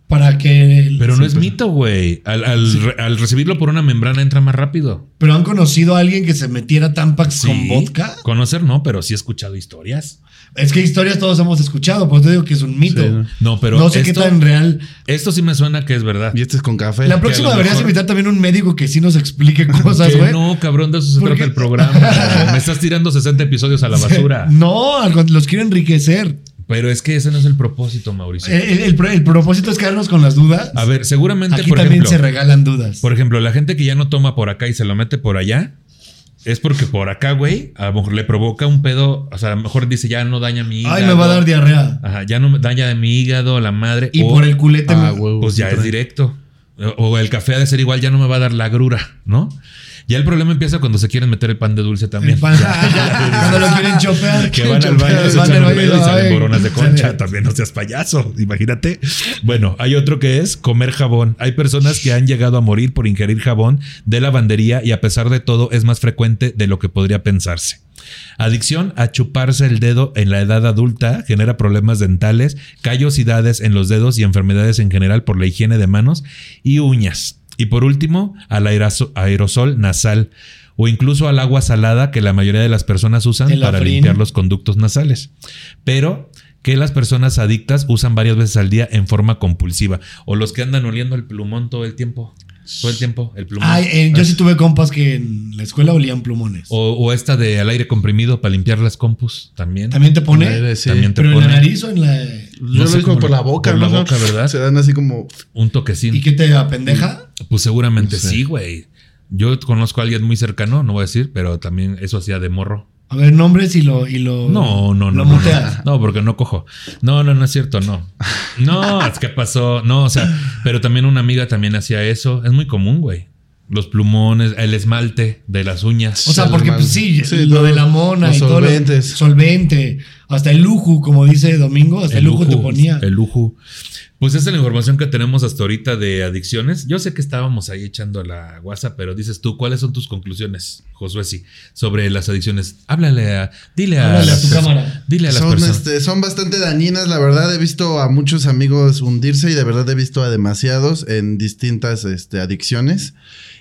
para que... Pero Sí, no es pues. mito, güey. Al, al, Sí. re- al recibirlo por una membrana entra más rápido. Pero han conocido a alguien que se metiera Tampax con vodka. Conocer no, pero sí he escuchado historias. Es que historias todos hemos escuchado, por eso te digo que es un mito. Sí, ¿no? No, pero no sé esto, qué tan real. esto sí me suena que es verdad. Y este es con café. La próxima a lo deberías mejor- invitar también un médico que sí nos explique cosas, Que güey. no, cabrón, de eso se ¿Por trata qué? el programa. Me estás tirando sesenta episodios a la basura. No, al con- los quiero enriquecer. Pero es que ese no es el propósito, Mauricio. El, el pro- el propósito es quedarnos con las dudas. A ver, seguramente, Aquí por también ejemplo, se regalan dudas. por ejemplo, la gente que ya no toma por acá y se lo mete por allá, es porque por acá, güey, a lo mejor le provoca un pedo. O sea, a lo mejor dice, ya no daña mi hígado. Ay, me va a dar diarrea. Ajá, ya no me daña de mi hígado, la madre. Y o, por el culete Ah, me- huevo. Pues ya Sí, es trae. directo. O o el café ha de ser igual, ya no me va a dar la grura, ¿no? Ya el problema empieza cuando se quieren meter el pan de dulce también. el pan- cuando lo quieren chopear. Que van al baño, se Van echan al un baño, pedo y salen ay, boronas de concha. sale. También no seas payaso, imagínate. Bueno, hay otro que es comer jabón. Hay personas que han llegado a morir por ingerir jabón de lavandería y a pesar de todo es más frecuente de lo que podría pensarse. Adicción a chuparse el dedo en la edad adulta genera problemas dentales, callosidades en los dedos y enfermedades en general por la higiene de manos y uñas. Y por último, al aerazo- aerosol nasal o incluso al agua salada que la mayoría de las personas usan El para Afrin. limpiar los conductos nasales. Pero que las personas adictas usan varias veces al día en forma compulsiva. O los que andan oliendo el plumón todo el tiempo. Todo el tiempo, el plumón. Ay, eh, yo sí tuve compas que en la escuela olían plumones. O, o esta de al aire comprimido para limpiar las compus también. ¿También te pone? Aire, sí. También te ¿Pero en la pone. nariz o en la...? Yo No lo sé digo cómo por lo- la boca, por ¿no? la boca, ¿verdad? Se dan así como... Un toquecín. ¿Y qué te apendeja? Pues seguramente No sé. sí, güey. Yo conozco a alguien muy cercano, no voy a decir, pero también eso hacía de morro. A ver, nombres y lo... Y lo No, no, no. Lo no, muteas. No, porque no cojo. No, no, no es cierto, no. No, es que pasó. No, o sea, pero también una amiga también hacía eso. Es muy común, güey. Los plumones, el esmalte de las uñas. O sea, Sí, porque los pues, mal- sí, sí, lo todo- de la mona los y todo. lo- solventes. Solvente. Hasta el lujo, como dice Domingo, hasta el, lujo te ponía. El lujo. Pues esa es la información que tenemos hasta ahorita de adicciones. Yo sé que estábamos ahí echando la guasa, pero dices tú, ¿cuáles son tus conclusiones, Josué, sí, sobre las adicciones? Háblale a, dile a, Háblale a las tu perso- cámara. Dile a las Son, personas. este, son bastante dañinas, la verdad. He visto a muchos amigos hundirse y de verdad he visto a demasiados en distintas este, adicciones.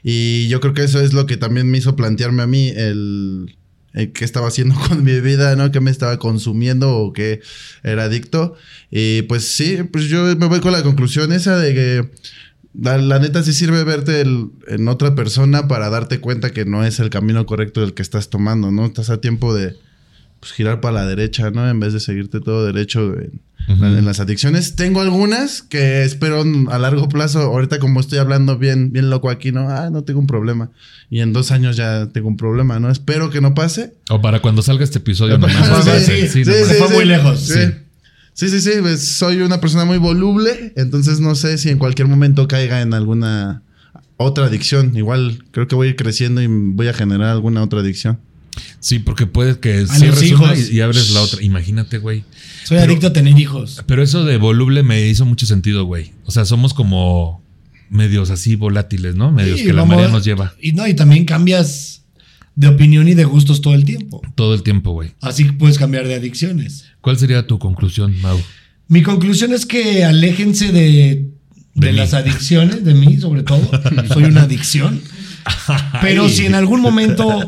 Y yo creo que eso es lo que también me hizo plantearme a mí el, el qué estaba haciendo con mi vida, ¿no? ¿Qué me estaba consumiendo o qué era adicto? Y pues sí, pues yo me voy con la conclusión esa de que la, la neta sí sirve verte el- en otra persona para darte cuenta que no es el camino correcto del que estás tomando, ¿no? Estás a tiempo de pues, girar para la derecha, ¿no? En vez de seguirte todo derecho en, Ujú. en las adicciones. Tengo algunas que espero a largo plazo. Ahorita como estoy hablando bien, bien loco aquí, ¿no? Ah, no tengo un problema. Y en dos años ya tengo un problema, ¿no? Espero que no pase. O para cuando salga este episodio. Sí, nomás sí, pase. sí, Sí, sí, nomás. Se fue muy lejos. Sí. Sí, sí, sí, pues, soy una persona muy voluble, entonces no sé si en cualquier momento caiga en alguna otra adicción. Igual creo que voy a ir creciendo y voy a generar alguna otra adicción. Sí, porque puede que los cierres una hijos. y, y abres la otra. Imagínate, güey. Soy Pero- adicto a tener hijos. Pero eso de voluble me hizo mucho sentido, güey. O sea, somos como medios así volátiles, ¿no? Medios Sí, que la vamos- marea nos lleva Y no, y también cambias de opinión y de gustos todo el tiempo. todo el tiempo, güey. Así puedes cambiar de adicciones. ¿Cuál sería tu conclusión, Mau? Mi conclusión es que aléjense de, de, De las mí. adicciones, de mí sobre todo. Soy una adicción. Pero Ay. si en algún momento...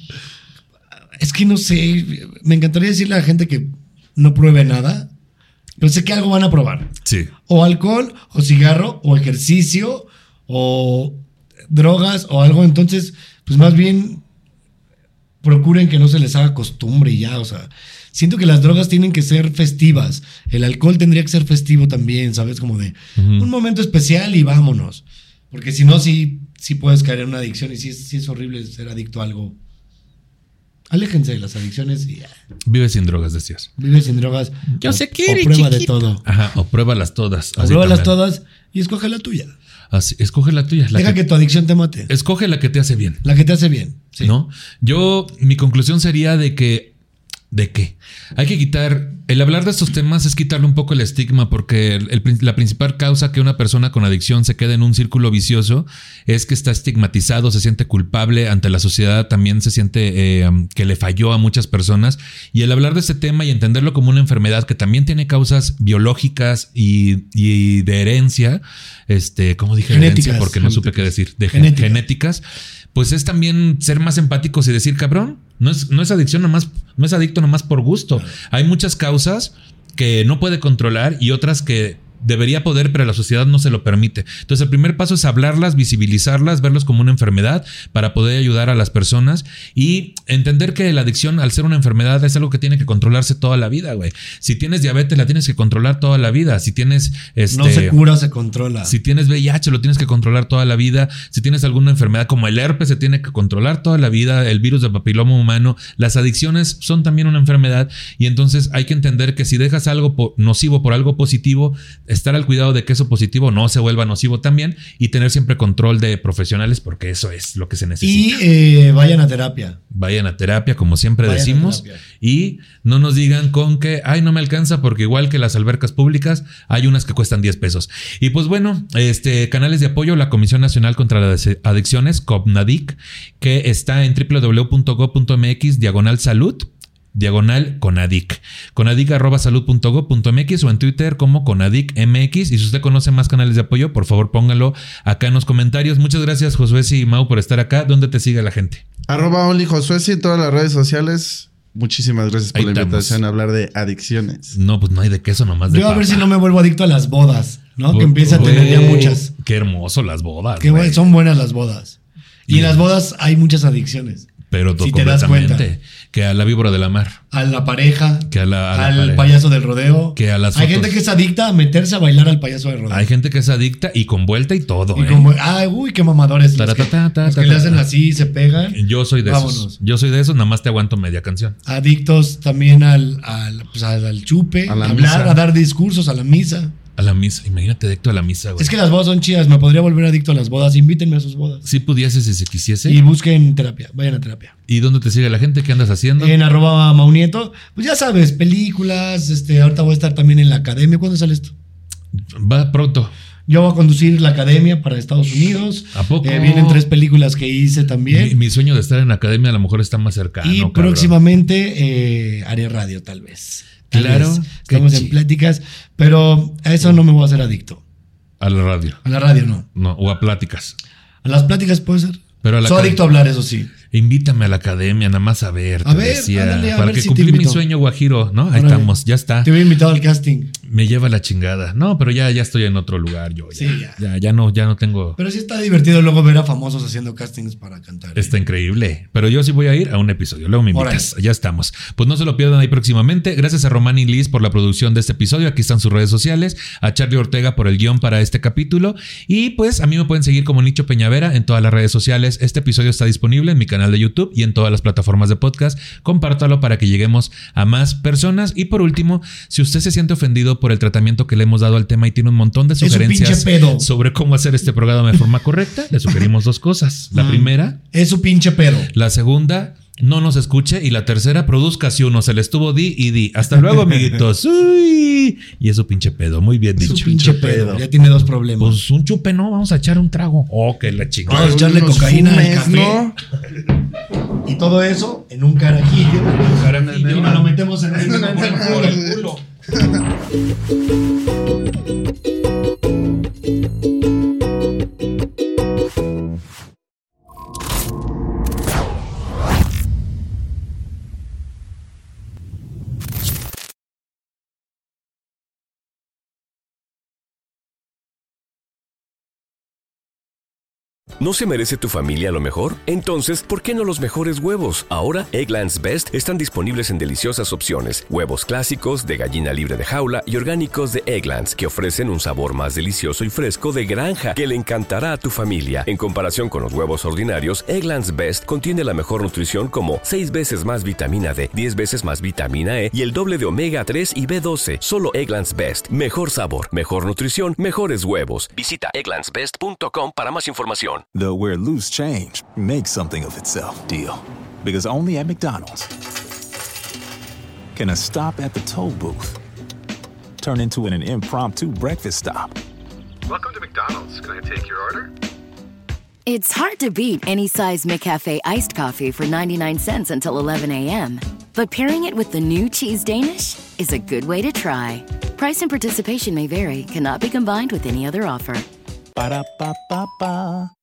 Es que no sé, me encantaría decirle a la gente que no pruebe nada, pero sé que algo van a probar. Sí. O alcohol, o cigarro, o ejercicio, o drogas, o algo. Entonces, pues más bien procuren que no se les haga costumbre y ya. O sea, siento que las drogas tienen que ser festivas. El alcohol tendría que ser festivo también, ¿sabes? Como de Ujú. un momento especial y vámonos. Porque si no, sí, sí puedes caer en una adicción y sí, es- sí es horrible ser adicto a algo. Aléjense de las adicciones y ya. Vive sin drogas, decías. Vive sin drogas. Yo o- sé que eres O prueba de chiquito. todo. Ajá, o pruébalas todas. O así pruébalas también. todas y escoge la tuya. Así, escoge la tuya. La Deja que, que, tu adicción te mate. escoge la que te hace bien. La que te hace bien. Sí. ¿No? Yo, mi conclusión sería de que ¿De qué? Hay que quitar... El hablar de estos temas es quitarle un poco el estigma, porque el, el, la principal causa que una persona con adicción se quede en un círculo vicioso es que está estigmatizado, se siente culpable ante la sociedad, también se siente eh, que le falló a muchas personas. Y el hablar de este tema y entenderlo como una enfermedad que también tiene causas biológicas y, y de herencia, este, ¿cómo dije? Genéticas. Herencia, porque no supe qué decir. De Genéticas. genéticas. Pues es también ser más empáticos y decir, cabrón, no es, no es adicción nomás, no es adicto nomás por gusto. Hay muchas causas que no puede controlar y otras que debería poder, pero la sociedad no se lo permite. Entonces el primer paso es hablarlas, visibilizarlas, verlos como una enfermedad para poder ayudar a las personas y entender que la adicción, al ser una enfermedad, es algo que tiene que controlarse toda la vida, güey. Si tienes diabetes, la tienes que controlar toda la vida. Si tienes... Este, no se cura, se controla. Si tienes V I H, lo tienes que controlar toda la vida. Si tienes alguna enfermedad como el herpes, se tiene que controlar toda la vida. El virus del papiloma humano. Las adicciones son también una enfermedad y entonces hay que entender que si dejas algo nocivo por algo positivo, estar al cuidado de que eso positivo no se vuelva nocivo también y tener siempre control de profesionales porque eso es lo que se necesita. Y eh, vayan a terapia. Vayan a terapia, como siempre Vayan decimos, y no nos digan con que, ay, no me alcanza porque igual que las albercas públicas, hay unas que cuestan diez pesos. Y pues bueno, este canales de apoyo, la Comisión Nacional contra las Adicciones, CONADIC, que está en doble u doble u doble u punto gob punto eme equis diagonal salud. Diagonal Conadic. Conadic arroba salud punto gob punto eme equis o en Twitter como Conadic M X. Y si usted conoce más canales de apoyo, por favor póngalo acá en los comentarios. Muchas gracias, Josué y Mau, por estar acá. ¿Dónde te sigue la gente? Arroba Only Josué en todas las redes sociales. Muchísimas gracias por Ahí la estamos. invitación a hablar de adicciones. No, pues no hay de queso, nomás de Yo a ver papa. si no me vuelvo adicto a las bodas, ¿no? Güey, Que empiece a tener ya muchas. Qué hermoso las bodas. Que güey. son buenas las bodas. Y Y- en las bodas hay muchas adicciones. Pero si te das completamente. cuenta. Que a la víbora de la mar. A la pareja, Que a la, a la al pareja. payaso del rodeo. Que a las Hay fotos. gente que es adicta a meterse a bailar al payaso del rodeo. Hay gente que es adicta y con vuelta y todo. y ¿eh? como, ay, uy, qué mamadores. Los que, Taratata, los que ta, le ta, hacen ta. así, se pegan. Yo soy de Vámonos. esos. Yo soy de esos, nada más te aguanto media canción. Adictos también al, al, pues, al, al chupe, A a la hablar, misa. a dar discursos, a la misa. A la misa. Imagínate adicto a la misa, güey. Es que las bodas son chidas. Me podría volver adicto a las bodas. Invítenme a sus bodas. Si pudieses y si quisiese. Y busquen terapia. Vayan a terapia. ¿Y dónde te sigue la gente? ¿Qué andas haciendo? En arroba Maunieto. Pues ya sabes, películas. Este, ahorita voy a estar también en la academia. ¿Cuándo sale esto? Va pronto. Yo voy a conducir la academia para Estados Unidos. ¿A poco? Eh, vienen tres películas que hice también. Mi, mi sueño de estar en la academia a lo mejor está más cercano. y cabrón. próximamente eh, haré radio, tal vez. Tal Claro, vez. qué Estamos en chido. pláticas. Pero a eso no me voy a hacer adicto. A la radio. A la radio no. No, o a pláticas. A las pláticas puede ser. Pero a la Soy acad- adicto a hablar, eso sí. Invítame a la academia, nada más a ver. A te ver, decía, ándale, a para ver que si te cumplir mi invito. sueño, Guajiro, ¿no? Ahí Órale. estamos, ya está. Te hubiera invitado al casting. Me lleva la chingada. No, pero ya, ya estoy en otro lugar yo. Ya, Sí, ya. ya. Ya no, ya no tengo. Pero sí está divertido luego ver a famosos haciendo castings para cantar. ¿eh? Está increíble. Pero yo sí voy a ir a un episodio. Luego me invitas. Ya estamos. Pues no se lo pierdan ahí próximamente. Gracias a Román y Liz por la producción de este episodio. Aquí están sus redes sociales. A Charlie Ortega por el guión para este capítulo. Y pues a mí me pueden seguir como Nicho Peñavera en todas las redes sociales. Este episodio está disponible en mi canal de YouTube y en todas las plataformas de podcast. Compártalo para que lleguemos a más personas. Y por último, si usted se siente ofendido por el tratamiento que le hemos dado al tema y tiene un montón de Es un sugerencias pinche pedo. sobre cómo hacer este programa de forma correcta, le sugerimos dos cosas. La Mm. primera, Es su pinche pedo. la segunda, no nos escuche. Y la tercera, produzca si uno se le estuvo di y di. Hasta luego, amiguitos. Uy. Y eso pinche pedo. Muy bien Es su dicho. pinche pedo. pedo. Ya tiene dos problemas. Pues un chupe, ¿no? Vamos a echar un trago. Oh, que la chingada. Vamos a echarle Unos cocaína al fumes, café. ¿no? Y todo eso en un carajillo. Carajillo. Y nos lo metemos en el, por el culo. ¿No se merece tu familia lo mejor? Entonces, ¿por qué no los mejores huevos? Ahora, Eggland's Best están disponibles en deliciosas opciones. Huevos clásicos, de gallina libre de jaula y orgánicos de Eggland's, que ofrecen un sabor más delicioso y fresco de granja que le encantará a tu familia. En comparación con los huevos ordinarios, Eggland's Best contiene la mejor nutrición como seis veces más vitamina D, diez veces más vitamina E y el doble de omega tres y B doce. Solo Eggland's Best. Mejor sabor, mejor nutrición, mejores huevos. Visita egglands best punto com para más información. The where loose change makes something of itself deal. Because only at McDonald's can a stop at the toll booth turn into an impromptu breakfast stop? Welcome to McDonald's. Can I take your order? It's hard to beat any size McCafe iced coffee for ninety-nine cents until eleven a.m. But pairing it with the new Cheese Danish is a good way to try. Price and participation may vary. Cannot be combined with any other offer. Ba-da-ba-ba-ba.